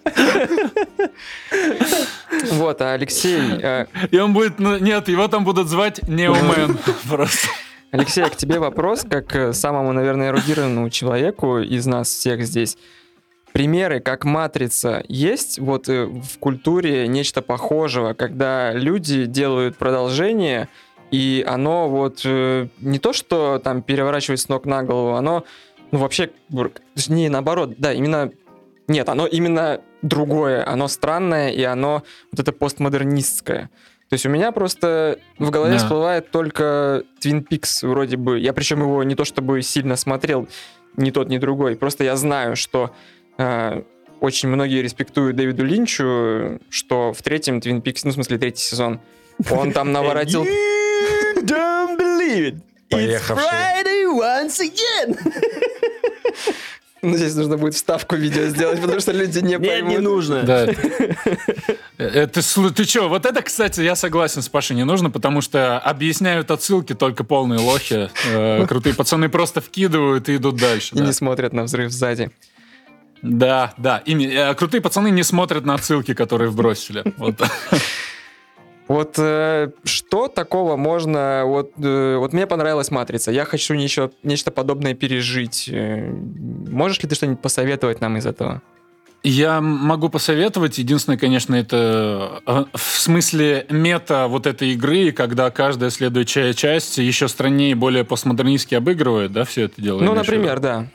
Вот, а Алексей, э, И он будет, ну, нет, его там будут звать Неомен просто. Алексей, к тебе вопрос, как к самому, наверное, эрудированному человеку из нас всех здесь. Примеры, как «Матрица», есть вот э, в культуре нечто похожего, когда люди делают продолжение, и оно вот э, не то, что там переворачивает с ног на голову, оно, ну, вообще, бр- не наоборот, да, именно, нет, оно именно другое, оно странное, и оно вот это постмодернистское. То есть у меня просто в голове Да. всплывает только Twin Peaks вроде бы. Я причем его не то чтобы сильно смотрел, ни тот, ни другой. Просто я знаю, что э, очень многие респектуют Дэвиду Линчу, что в третьем Twin Peaks, ну, в смысле, третий сезон, он там наворотил... You don't believe it. It's Поехавший. Friday once again. Ну, здесь нужно будет вставку видео сделать, потому что люди не Нет, поймут. не нужно. Да. Это, слу- ты что, вот это, кстати, я согласен с Пашей, не нужно, потому что объясняют отсылки только полные лохи. Э, крутые пацаны просто вкидывают и идут дальше. И да. не смотрят на взрыв сзади. Да, да. Ими- э, крутые пацаны не смотрят на отсылки, которые вбросили. Вот. Вот э, что такого можно... Вот, э, вот мне понравилась «Матрица», я хочу еще нечто подобное пережить. Э, можешь ли ты что-нибудь посоветовать нам из этого? Я могу посоветовать. Единственное, конечно, это э, в смысле мета вот этой игры, когда каждая следующая часть еще страннее и более постмодернистски обыгрывает, да, все это дело? Ну, имеешь в виду? например, да.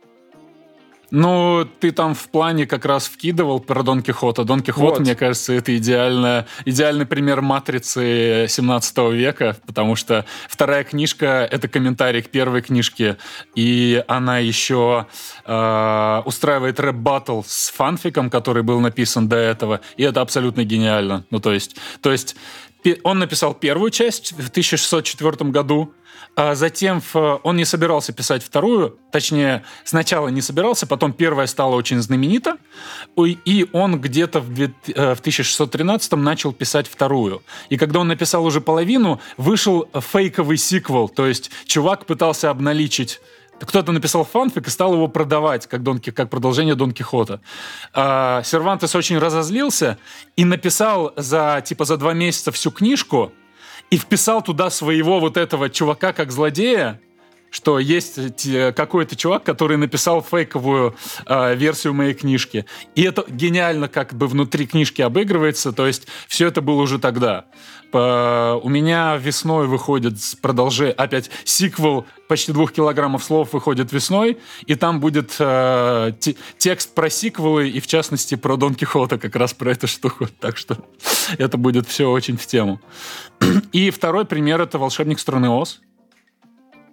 Ну, ты там в плане как раз вкидывал про Дон Кихота. Дон Кихот, Вот. мне кажется, это идеально, идеальный пример матрицы семнадцатого века, потому что вторая книжка — это комментарий к первой книжке, и она еще э, устраивает рэп-баттл с фанфиком, который был написан до этого, и это абсолютно гениально. Ну, то есть, то есть пе- он написал первую часть в тысяча шестьсот четвёртом году, а затем в- он не собирался писать вторую, точнее, сначала не собирался, потом первая стала очень знаменита, Ой, и он где-то в, две- э, в тысяча шестьсот тринадцатом начал писать вторую. И когда он написал уже половину, вышел фейковый сиквел, то есть чувак пытался обналичить. Кто-то написал фанфик и стал его продавать как, Дон, Ки- как продолжение Дон Кихота. А, Сервантес очень разозлился и написал за, типа, за два месяца всю книжку, и вписал туда своего вот этого чувака как злодея, что есть те- какой-то чувак, который написал фейковую э, версию моей книжки. И это гениально как бы внутри книжки обыгрывается, то есть все это было уже тогда. По- у меня весной выходит с продолжение, опять сиквел почти двух килограммов слов выходит весной, и там будет э, те- текст про сиквелы, и в частности про Дон Кихота, как раз про эту штуку. Так что это будет все очень в тему. И второй пример — это «Волшебник страны Оз».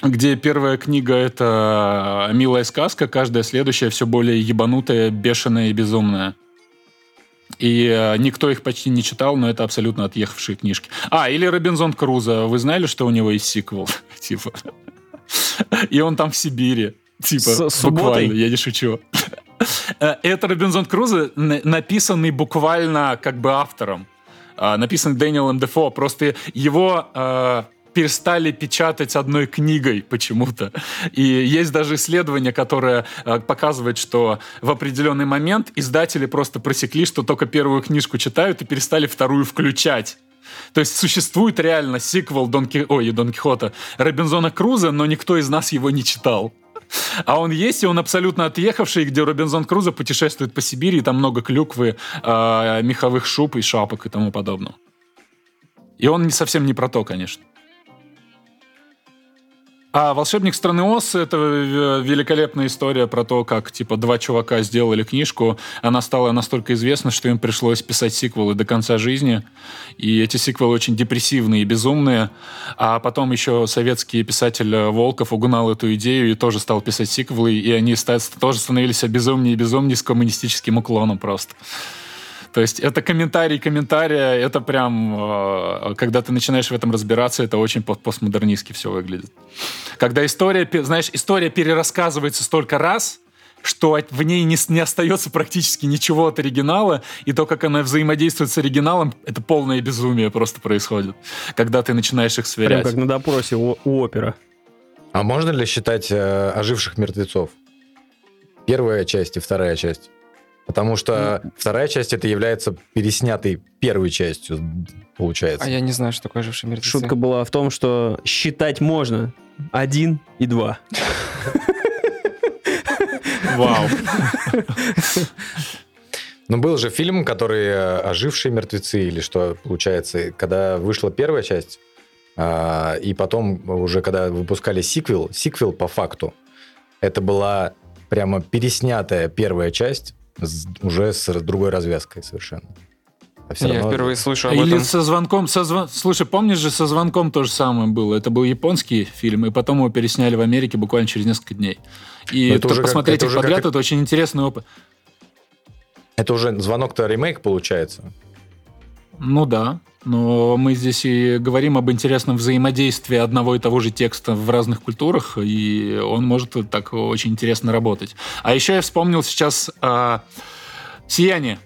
где первая книга — это милая сказка, каждая следующая все более ебанутая, бешеная и безумная. И э, никто их почти не читал, но это абсолютно отъехавшие книжки. А, или «Робинзон Крузо». Вы знали, что у него есть сиквел? Типа. И он там в Сибири. Типа, буквально, я не шучу. Это «Робинзон Крузо», написанный буквально как бы автором. Написанный Дэниелом Дефо. Просто его... перестали печатать одной книгой почему-то. И есть даже исследование, которое э, показывает, что в определенный момент издатели просто просекли, что только первую книжку читают и перестали вторую включать. То есть существует реально сиквел Дон, Ки... Ой, Дон Кихота Робинзона Крузо, но никто из нас его не читал. А он есть, и он абсолютно отъехавший, где Робинзон Крузо путешествует по Сибири, и там много клюквы, э, меховых шуб и шапок и тому подобного. И он не совсем не про то, конечно. А «Волшебник страны Оз» — это великолепная история про то, как типа два чувака сделали книжку. Она стала настолько известна, что им пришлось писать сиквелы до конца жизни. И эти сиквелы очень депрессивные и безумные. А потом еще советский писатель Волков угнал эту идею и тоже стал писать сиквелы. И они тоже становились безумнее и безумнее с коммунистическим уклоном просто. То есть это комментарий комментария, это прям, когда ты начинаешь в этом разбираться, это очень постмодернистски все выглядит. Когда история, знаешь, история перерассказывается столько раз, что в ней не, не остается практически ничего от оригинала, и то, как она взаимодействует с оригиналом, это полное безумие просто происходит, когда ты начинаешь их сверять. Прям как на допросе у, у опера. А можно ли считать э, оживших мертвецов? Первая часть и вторая часть. Потому что mm. вторая часть это является переснятой первой частью, получается. А я не знаю, что такое ожившие мертвецы. Шутка была в том, что считать можно один и два. Вау. Ну, был же фильм, который «Ожившие мертвецы», или что, получается, когда вышла первая часть, и потом уже когда выпускали сиквел, сиквел по факту, это была прямо переснятая первая часть, уже с другой развязкой совершенно. А все Я равно... впервые слышу об Или этом. со звонком... Со звон... Слушай, помнишь же, со звонком то же самое было. Это был японский фильм, и потом его пересняли в Америке буквально через несколько дней. И то посмотреть как, их подряд, как... это очень интересный опыт. Это уже звонок-то ремейк получается? Ну да. Но мы здесь и говорим об интересном взаимодействии одного и того же текста в разных культурах, и он может так очень интересно работать. А еще я вспомнил сейчас э, «Сияние».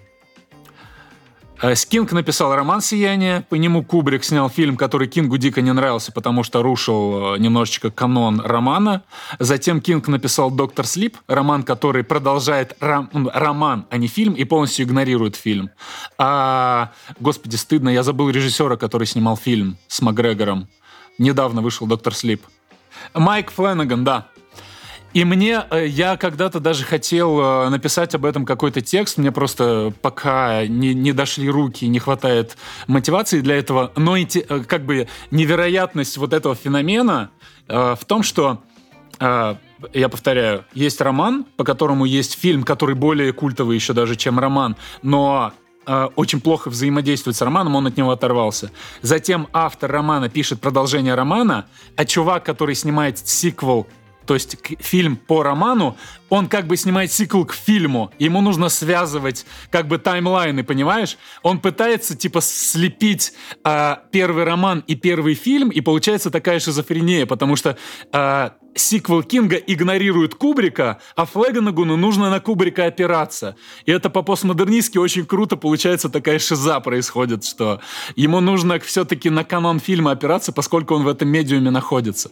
Кинг написал роман «Сияние», по нему Кубрик снял фильм, который Кингу дико не нравился, потому что рушил немножечко канон романа. Затем Кинг написал «Доктор Слип», роман, который продолжает ром- роман, а не фильм, и полностью игнорирует фильм. А, господи, стыдно, я забыл режиссера, который снимал фильм с Макгрегором. Недавно вышел «Доктор Слип». Майк Флэнаган, да. И мне, я когда-то даже хотел написать об этом какой-то текст, мне просто пока не, не дошли руки, не хватает мотивации для этого, но как бы невероятность вот этого феномена в том, что, я повторяю, есть роман, по которому есть фильм, который более культовый еще даже, чем роман, но очень плохо взаимодействует с романом, он от него оторвался. Затем автор романа пишет продолжение романа, а чувак, который снимает сиквел, то есть фильм по роману, он как бы снимает сиквел к фильму. Ему нужно связывать как бы таймлайны, понимаешь? Он пытается типа слепить э, первый роман и первый фильм, и получается такая шизофрения, потому что э, сиквел Кинга игнорирует Кубрика, а Флэганагану нужно на Кубрика опираться. И это по-постмодернистски очень круто, получается такая шиза происходит, что ему нужно все-таки на канон фильма опираться, поскольку он в этом медиуме находится.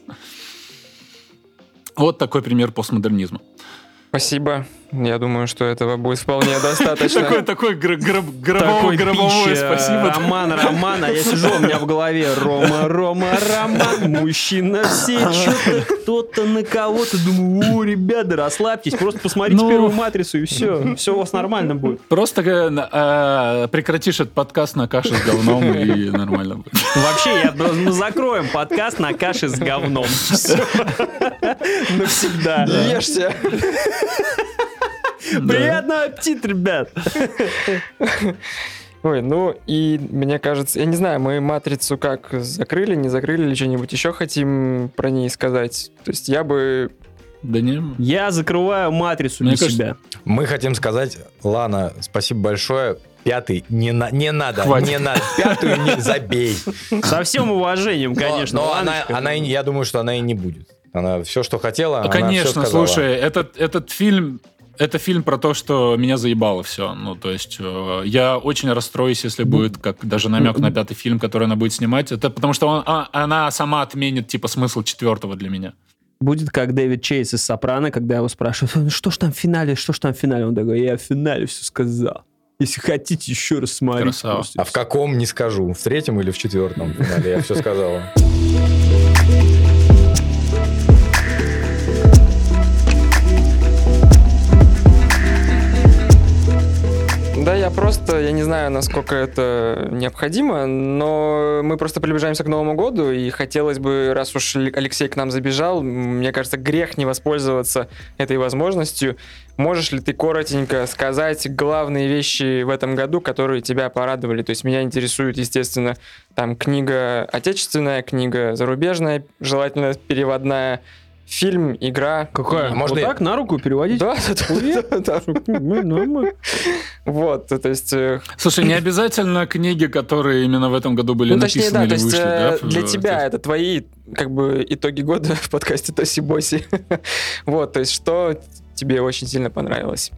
Вот такой пример постмодернизма. Спасибо. Я думаю, что этого будет вполне достаточно. Такой такой гробовой спасибо. Роман, Роман, а я сижу, у меня в голове Рома, Рома, Роман, мужчина все, что-то кто-то на кого-то. Думаю, о, ребята, расслабьтесь, просто посмотрите первую матрицу и все, все у вас нормально будет. Просто прекратишь этот подкаст на каше с говном и нормально будет. Вообще, мы закроем подкаст на каше с говном. Навсегда. Ешьте. Приятного аппетита, ребят! Ой, ну и мне кажется, я не знаю, мы «Матрицу» как закрыли, не закрыли, или что-нибудь еще хотим про ней сказать? То есть я бы... Да не... Я закрываю «Матрицу» Мне для кажется, себя. Мы хотим сказать, Лана, спасибо большое. Пятый не, на, не надо, Хватит. не надо. Пятую не забей. Со всем уважением, Но- конечно. Но, она, Ланочка. она и- я думаю, что она и не будет. Она все, что хотела, А, она все конечно, сказала. слушай, этот, этот фильм... Это фильм про то, что меня заебало все. Ну, то есть, э, я очень расстроюсь, если будет как даже намек на пятый фильм, который она будет снимать. Это потому что он, а, она сама отменит, типа, смысл четвертого для меня. Будет как Дэвид Чейз из «Сопрано», когда его спрашивают, «Ну, что ж там в финале, что ж там в финале? Он такой, я в финале все сказал. Если хотите, еще раз смотрите. Красава. просто». А в каком, не скажу. В третьем или в четвертом финале, я все сказал. Да, я просто, я не знаю, насколько это необходимо, но мы просто приближаемся к Новому году, и хотелось бы, раз уж Алексей к нам забежал, мне кажется, грех не воспользоваться этой возможностью. Можешь ли ты коротенько сказать главные вещи в этом году, которые тебя порадовали? То есть меня интересует, естественно, там книга отечественная, книга зарубежная, желательно переводная, фильм, игра. Какая? А можно вот я- так на руку переводить? Да, да, да, да. Ну, нормально. Вот, то есть... э, Слушай, не обязательно книги, которые именно в этом году были Ну, точнее, написаны да, то или есть вышли, э, да? для в- тебя то есть- это твои, как бы, итоги года в подкасте Тоси-Боси. Вот, то есть что тебе очень сильно понравилось?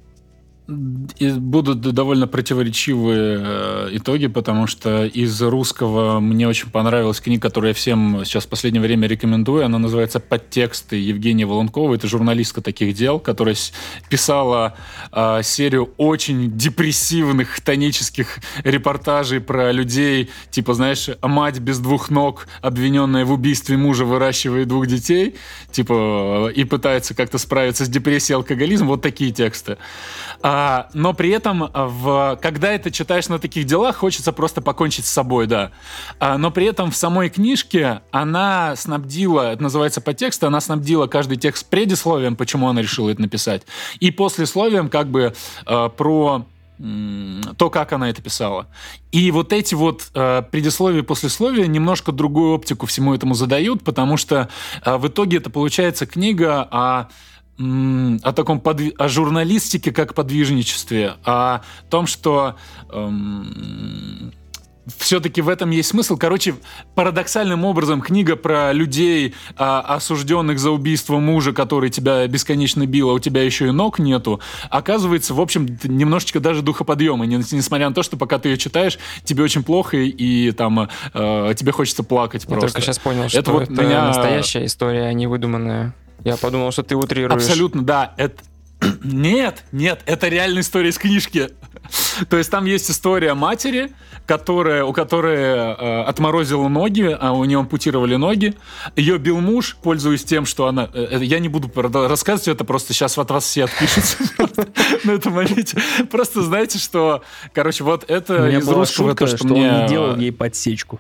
И будут довольно противоречивые э, итоги, потому что из русского мне очень понравилась книга, которую я всем сейчас в последнее время рекомендую. Она называется «Подтексты» Евгения Волонкова. Это журналистка таких дел, которая с- писала э, серию очень депрессивных, хтонических репортажей про людей, типа, знаешь, мать без двух ног, обвиненная в убийстве мужа, выращивает двух детей, типа, э, и пытается как-то справиться с депрессией и алкоголизмом. Вот такие тексты. А, но при этом, в, когда это читаешь на таких делах, хочется просто покончить с собой, да. А, но при этом в самой книжке она снабдила, это называется подтекст, она снабдила каждый текст предисловием, почему она решила это написать, и послесловием как бы э, про м, то, как она это писала. И вот эти вот э, предисловия и послесловия немножко другую оптику всему этому задают, потому что э, в итоге это получается книга о о таком подви- о журналистике как подвижничестве, о том, что эм, все-таки в этом есть смысл. Короче, парадоксальным образом книга про людей, а, осужденных за убийство мужа, который тебя бесконечно бил, а у тебя еще и ног нету, оказывается, в общем, немножечко даже духоподъема, не- несмотря на то, что пока ты ее читаешь, тебе очень плохо, и, и там э, тебе хочется плакать Я просто. только сейчас понял, что Это это, вот меня- настоящая история, а не выдуманная. Я подумал, что ты утрируешь. Абсолютно, да. Это... Нет, нет, это реальная история из книжки. То есть там есть история матери, которая, у которой э, отморозила ноги, а у нее ампутировали ноги. Ее бил муж, пользуясь тем, что она... э, я не буду прода- рассказывать это, просто сейчас от вас все отпишутся на этом моменте. Просто знаете, что... Короче, вот У это меня из была русского, шутка, то, что, что мне... он не делал ей подсечку.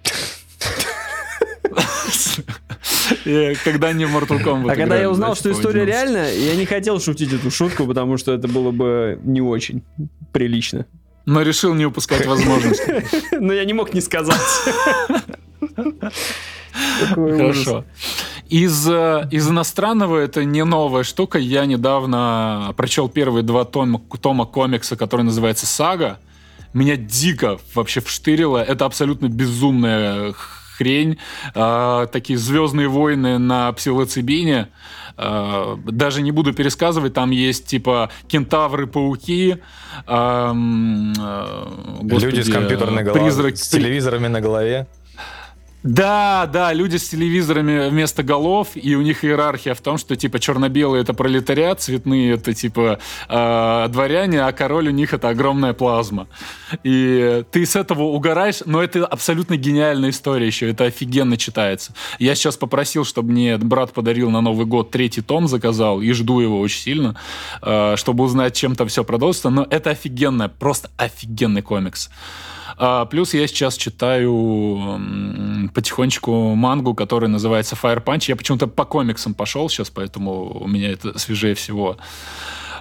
И когда не в Mortal Kombat А когда играли, я узнал, значит, что история по-одиннадцати. реальная, я не хотел шутить эту шутку, потому что это было бы не очень прилично. Но решил не упускать возможность. Но я не мог не сказать. Какой ужас. Хорошо. Из, э, из иностранного это не новая штука. Я недавно прочел первые два тома, тома комикса, который называется «Сага». Меня дико вообще вштырило. Это абсолютно безумная хрень. Э, такие «Звездные войны» на псилоцибине. Э, даже не буду пересказывать. Там есть типа кентавры-пауки. эм, э, господи, Люди с компьютерной головой, призрак- с телевизорами на голове. Да, да, люди с телевизорами вместо голов, и у них иерархия в том, что типа черно-белые — это пролетариат, цветные — это типа э, дворяне, а король у них — это огромная плазма. И ты с этого угораешь, но это абсолютно гениальная история еще, это офигенно читается. Я сейчас попросил, чтобы мне брат подарил на Новый год третий том, заказал, и жду его очень сильно, э, чтобы узнать, чем там все продолжится, но это офигенно, просто офигенный комикс. А, плюс я сейчас читаю м, потихонечку мангу, которая называется Fire Punch. Я почему-то по комиксам пошел сейчас, поэтому у меня это свежее всего.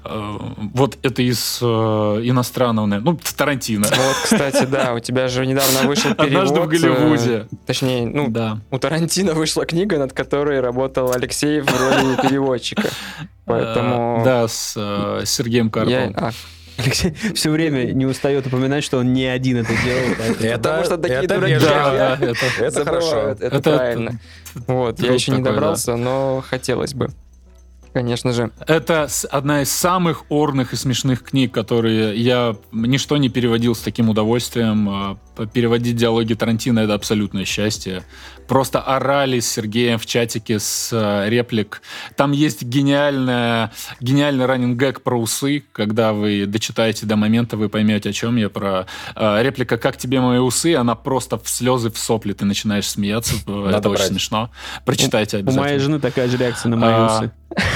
Вот это из э, иностранного, ну, Тарантино. Вот, кстати, да, у тебя же недавно вышел перевод. Однажды в Голливуде. Э, точнее, ну, да. у Тарантино вышла книга, над которой работал Алексей в роли переводчика. Поэтому... Да, с э, Сергеем Карповым. Я... А. Алексей все время не устает упоминать, что он не один это делал. Потому что такие это дураки, да, да, это, это хорошо. Это, Это- правильно. Вот, я еще не такой, добрался, но хотелось бы. Конечно же. Это с- одна из самых орных и смешных книг, которые я ничто не переводил с таким удовольствием. А, Переводить диалоги Тарантино — это абсолютное счастье. Просто орали с Сергеем в чатике с а, реплик. Там есть гениальная, гениальный раннинг-гэг про усы. Когда вы дочитаете до момента, вы поймете, о чем я. Про а, реплика «Как тебе мои усы?» Она просто в слезы, в сопли. Ты начинаешь смеяться. Надо это очень брать. смешно. Прочитайте У обязательно. моей жены такая же реакция на мои А, усы.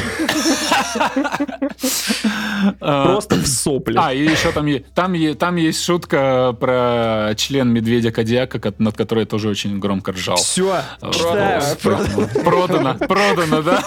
А, Просто в сопли. А, и еще там, е- там, е- там есть шутка про член медведя Кодиака, ко- над которой я тоже очень громко ржал. Все, Вот, читаю. поэтому- Продано, продано, да?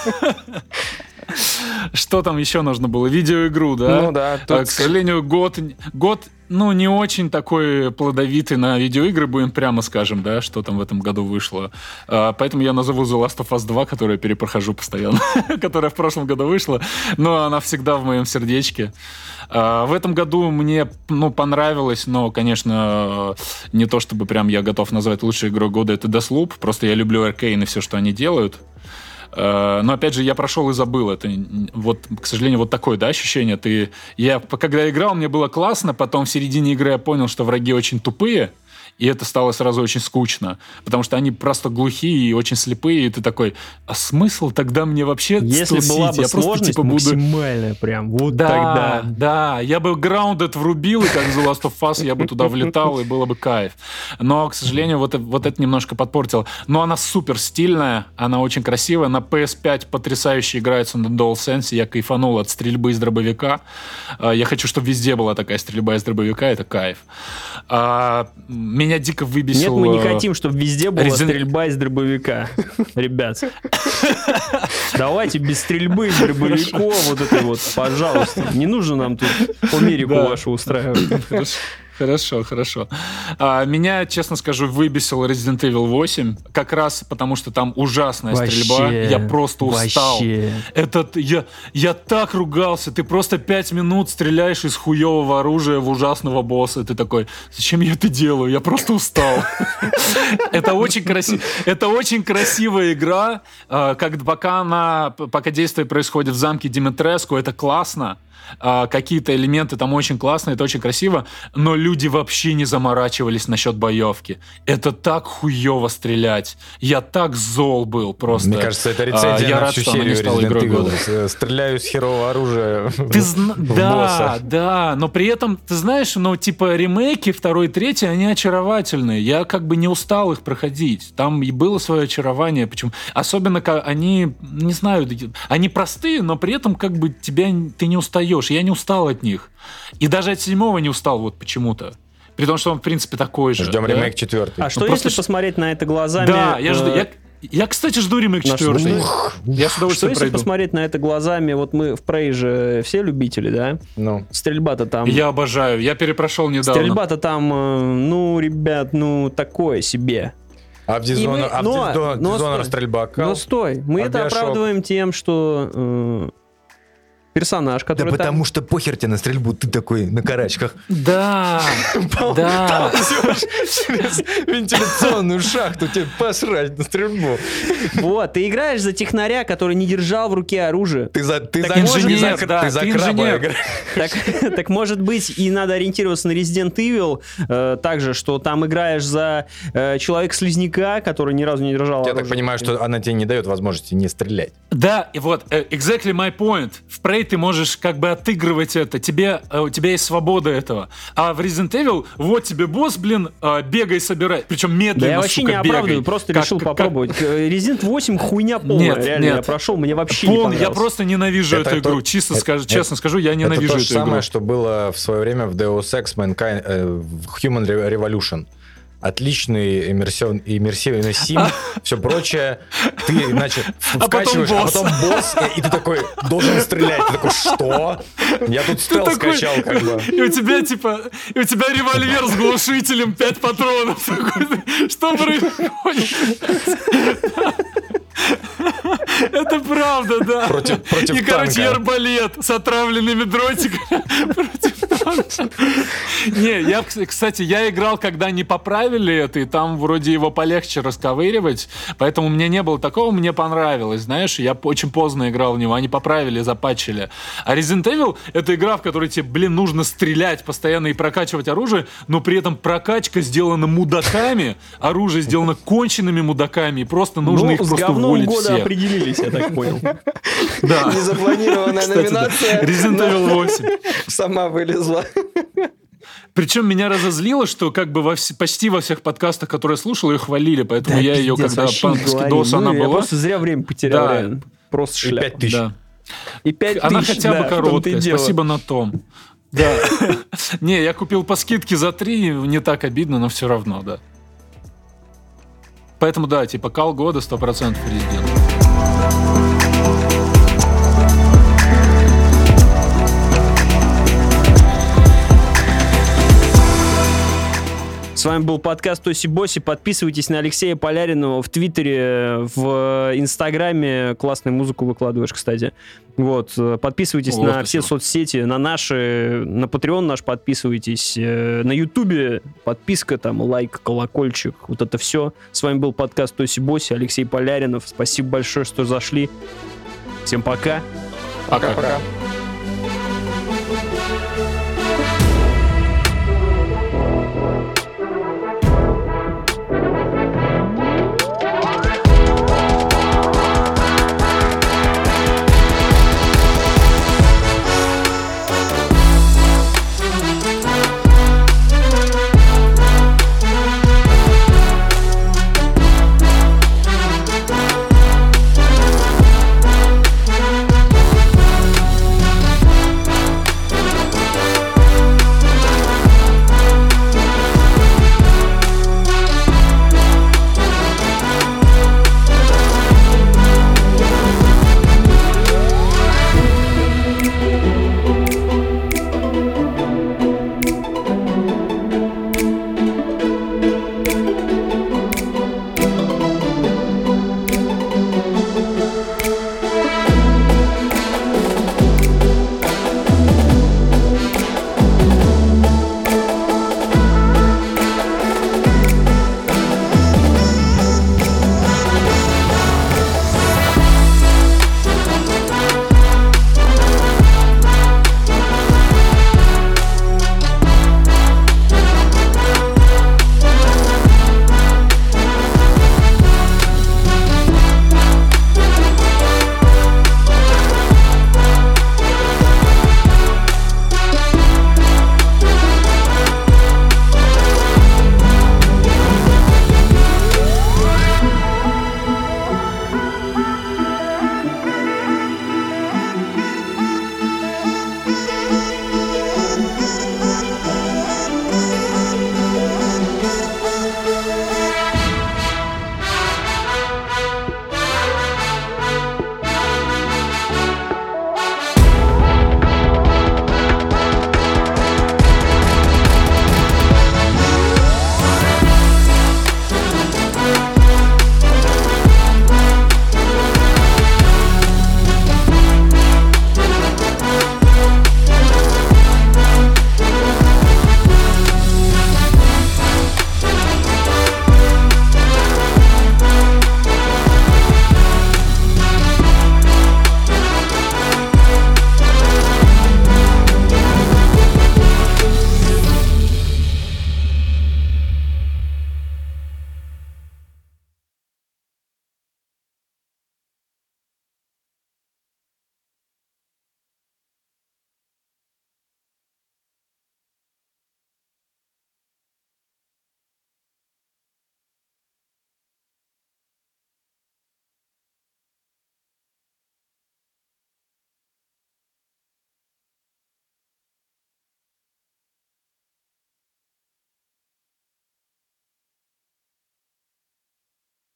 Что там еще нужно было? Видеоигру, да? Ну да, А, тут... К сожалению, год, год, ну, не очень такой плодовитый на видеоигры, будем прямо скажем, да, что там в этом году вышло. А, Поэтому я назову The Last of Us два, которую я перепрохожу постоянно, которая в прошлом году вышла, но она всегда в моем сердечке. А, В этом году мне, ну, понравилось, но, конечно, не то чтобы прям я готов назвать лучшей игрой года, это Deathloop, просто я люблю Arcane и все, что они делают. Э, Но опять же, я прошел и забыл. Это н- вот, к сожалению, вот такое, да, ощущение. Ты, я, п- когда играл, мне было классно, потом в середине игры я понял, что враги очень тупые, и это стало сразу очень скучно, потому что они просто глухие и очень слепые, и ты такой, а смысл тогда мне вообще Если стусить? была бы Я просто, сложность типа, буду... максимальная прям, вот Да, тогда. да, я бы Grounded врубил, и как The Last of Us я бы туда влетал, и было бы кайф. Но, к сожалению, вот, это- вот это немножко подпортило. Но она супер стильная, она очень красивая. На пи эс пять потрясающе играется на DualSense. Я кайфанул от стрельбы из дробовика. А, Я хочу, чтобы везде была такая стрельба из дробовика, это кайф. А, Меня дико выбесил... Нет, мы не э, хотим, чтобы везде была Resident- стрельба из дробовика. Ребят, давайте без стрельбы из дробовиков вот этой вот, пожалуйста. Не нужно нам тут Америку Да. вашу устраивать. Хорошо, хорошо, хорошо. А, меня, честно скажу, выбесил Resident Evil восемь, как раз потому, что там ужасная стрельба. Вообще, Я просто устал. вообще. Этот, я, я так ругался. Ты просто пять минут стреляешь из хуевого оружия в ужасного босса. И ты такой, зачем я это делаю? Я просто устал. Это очень красиво. Это очень красивая игра. а, как- Пока она, пока действие происходит в замке Димитреску, это классно. А, Какие-то элементы там очень классные, это очень красиво, но люди вообще не заморачивались насчет боевки. Это так хуево стрелять. Я так зол был просто. Мне кажется, это А, рецензия я на рад, всю что она не серию стала Resident игрой Evil. года. Э, Стреляю с херового оружия Ты зна- в да, босса. да, но при этом, ты знаешь, ну, типа, ремейки второй, третий, они очаровательные. Я как бы не устал их проходить. Там и было свое очарование. Почему? Особенно, как они, не знаю, они простые, но при этом как бы тебя, ты не устаешь. Я не устал от них. И даже от седьмого не устал вот почему-то. При том, что он, в принципе, такой же. Ждем да? ремейк четвертый. А что Ну, просто если ш- посмотреть на это глазами... Да, я жду. э, Я, я, кстати, жду ремейк наш- четвертый. Я с Что удовольствием если пройду. посмотреть на это глазами, вот мы в Prey же все любители, да? Ну, Стрельба-то там... Я обожаю. Я перепрошел недавно. Стрельба-то там, э, ну, ребят, ну, такое себе. а в И мы- Dishonored, а в но- Dishonored- но Dishonored стой. стрельба Но кал. стой, мы А это Bioshock? оправдываем тем, что э, персонаж, Да который там... потому что похер тебе на стрельбу, ты такой на карачках. Да, да. Через вентиляционную шахту тебе посрать на стрельбу. Вот, ты играешь за технаря, который не держал в руке оружие. Ты за, ты Так за, инженер, ты за, да, ты за ты краба инженер. играешь. Так, так может быть, и надо ориентироваться на Resident Evil, э, также, что там играешь за э, человека-слизняка, который ни разу не держал Я оружие. так понимаю, что она тебе не дает возможности не стрелять. Да, и вот, э, exactly my point. В Prey ты можешь как бы отыгрывать это. Тебе, э, у тебя есть свобода этого. А в Resident Evil, вот тебе босс, блин, э, бегай, собирай. Причем медленно, Да я вообще сука, не оправдываю, бегай. просто Как- решил как- попробовать. Э, Resident восемь хуйня полная, Нет, реально, нет. я прошел, мне вообще не Пол- я понравилось. просто ненавижу Это эту то- игру. Чисто, это- скажу, это- честно скажу, я ненавижу Это то же эту самое, игру. что было в свое время в Deus Ex Mankind, э, в Human Revolution. отличный иммерсион, иммерсивный сим, все прочее. Ты, значит, А потом вкачиваешь, а босс. потом босс, и, и ты такой должен стрелять. Ты такой, что? Я тут стелс такой- скачал, как бы. И у тебя, типа, и у тебя револьвер с глушителем, пять патронов. Такой, что происходит? Это правда, да. Против- против И, короче, танка. арбалет с отравленными дротиками против танка. Не, я, кстати, я играл, когда не поправили это, и там вроде его полегче расковыривать, поэтому у меня не было такого, мне понравилось, знаешь, я очень поздно играл в него, они поправили, запатчили. А Resident Evil — это игра, в которой тебе, блин, нужно стрелять постоянно и прокачивать оружие, но при этом прокачка сделана мудаками, оружие сделано конченными мудаками, и просто нужно Ну, их с просто говном уволить года всех. определились, я так понял. Да. Незапланированная Кстати, да. номинация Resident Evil восемь. сама вылезла. Причем меня разозлило, что как бы во вс- почти во всех подкастах, которые я слушал, ее хвалили, поэтому Да, я ее, пиздец, когда вообще не по- говори. скидос, Ну, она я была. просто зря время потерял, Да. реально. Просто И шляпа. пять тысяч. Да. И пять Она тысяч, хотя да, бы в том-то и короткая. дело. Спасибо на том. Да. Не, я купил по скидке за три, не так обидно, но все равно, да. Поэтому да, типа кал года сто процентов Resident. С вами был подкаст Тоси Боси. Подписывайтесь на Алексея Поляринова в Твиттере, в Инстаграме. Классную музыку выкладываешь, кстати. Вот. Подписывайтесь О, на спасибо. все соцсети, на наши, на Patreon наш подписывайтесь. э, На Ютубе подписка, там, лайк, колокольчик. Вот это все. С вами был подкаст Тоси Боси. Алексей Поляринов. Спасибо большое, что зашли. Всем пока. Пока. Пока.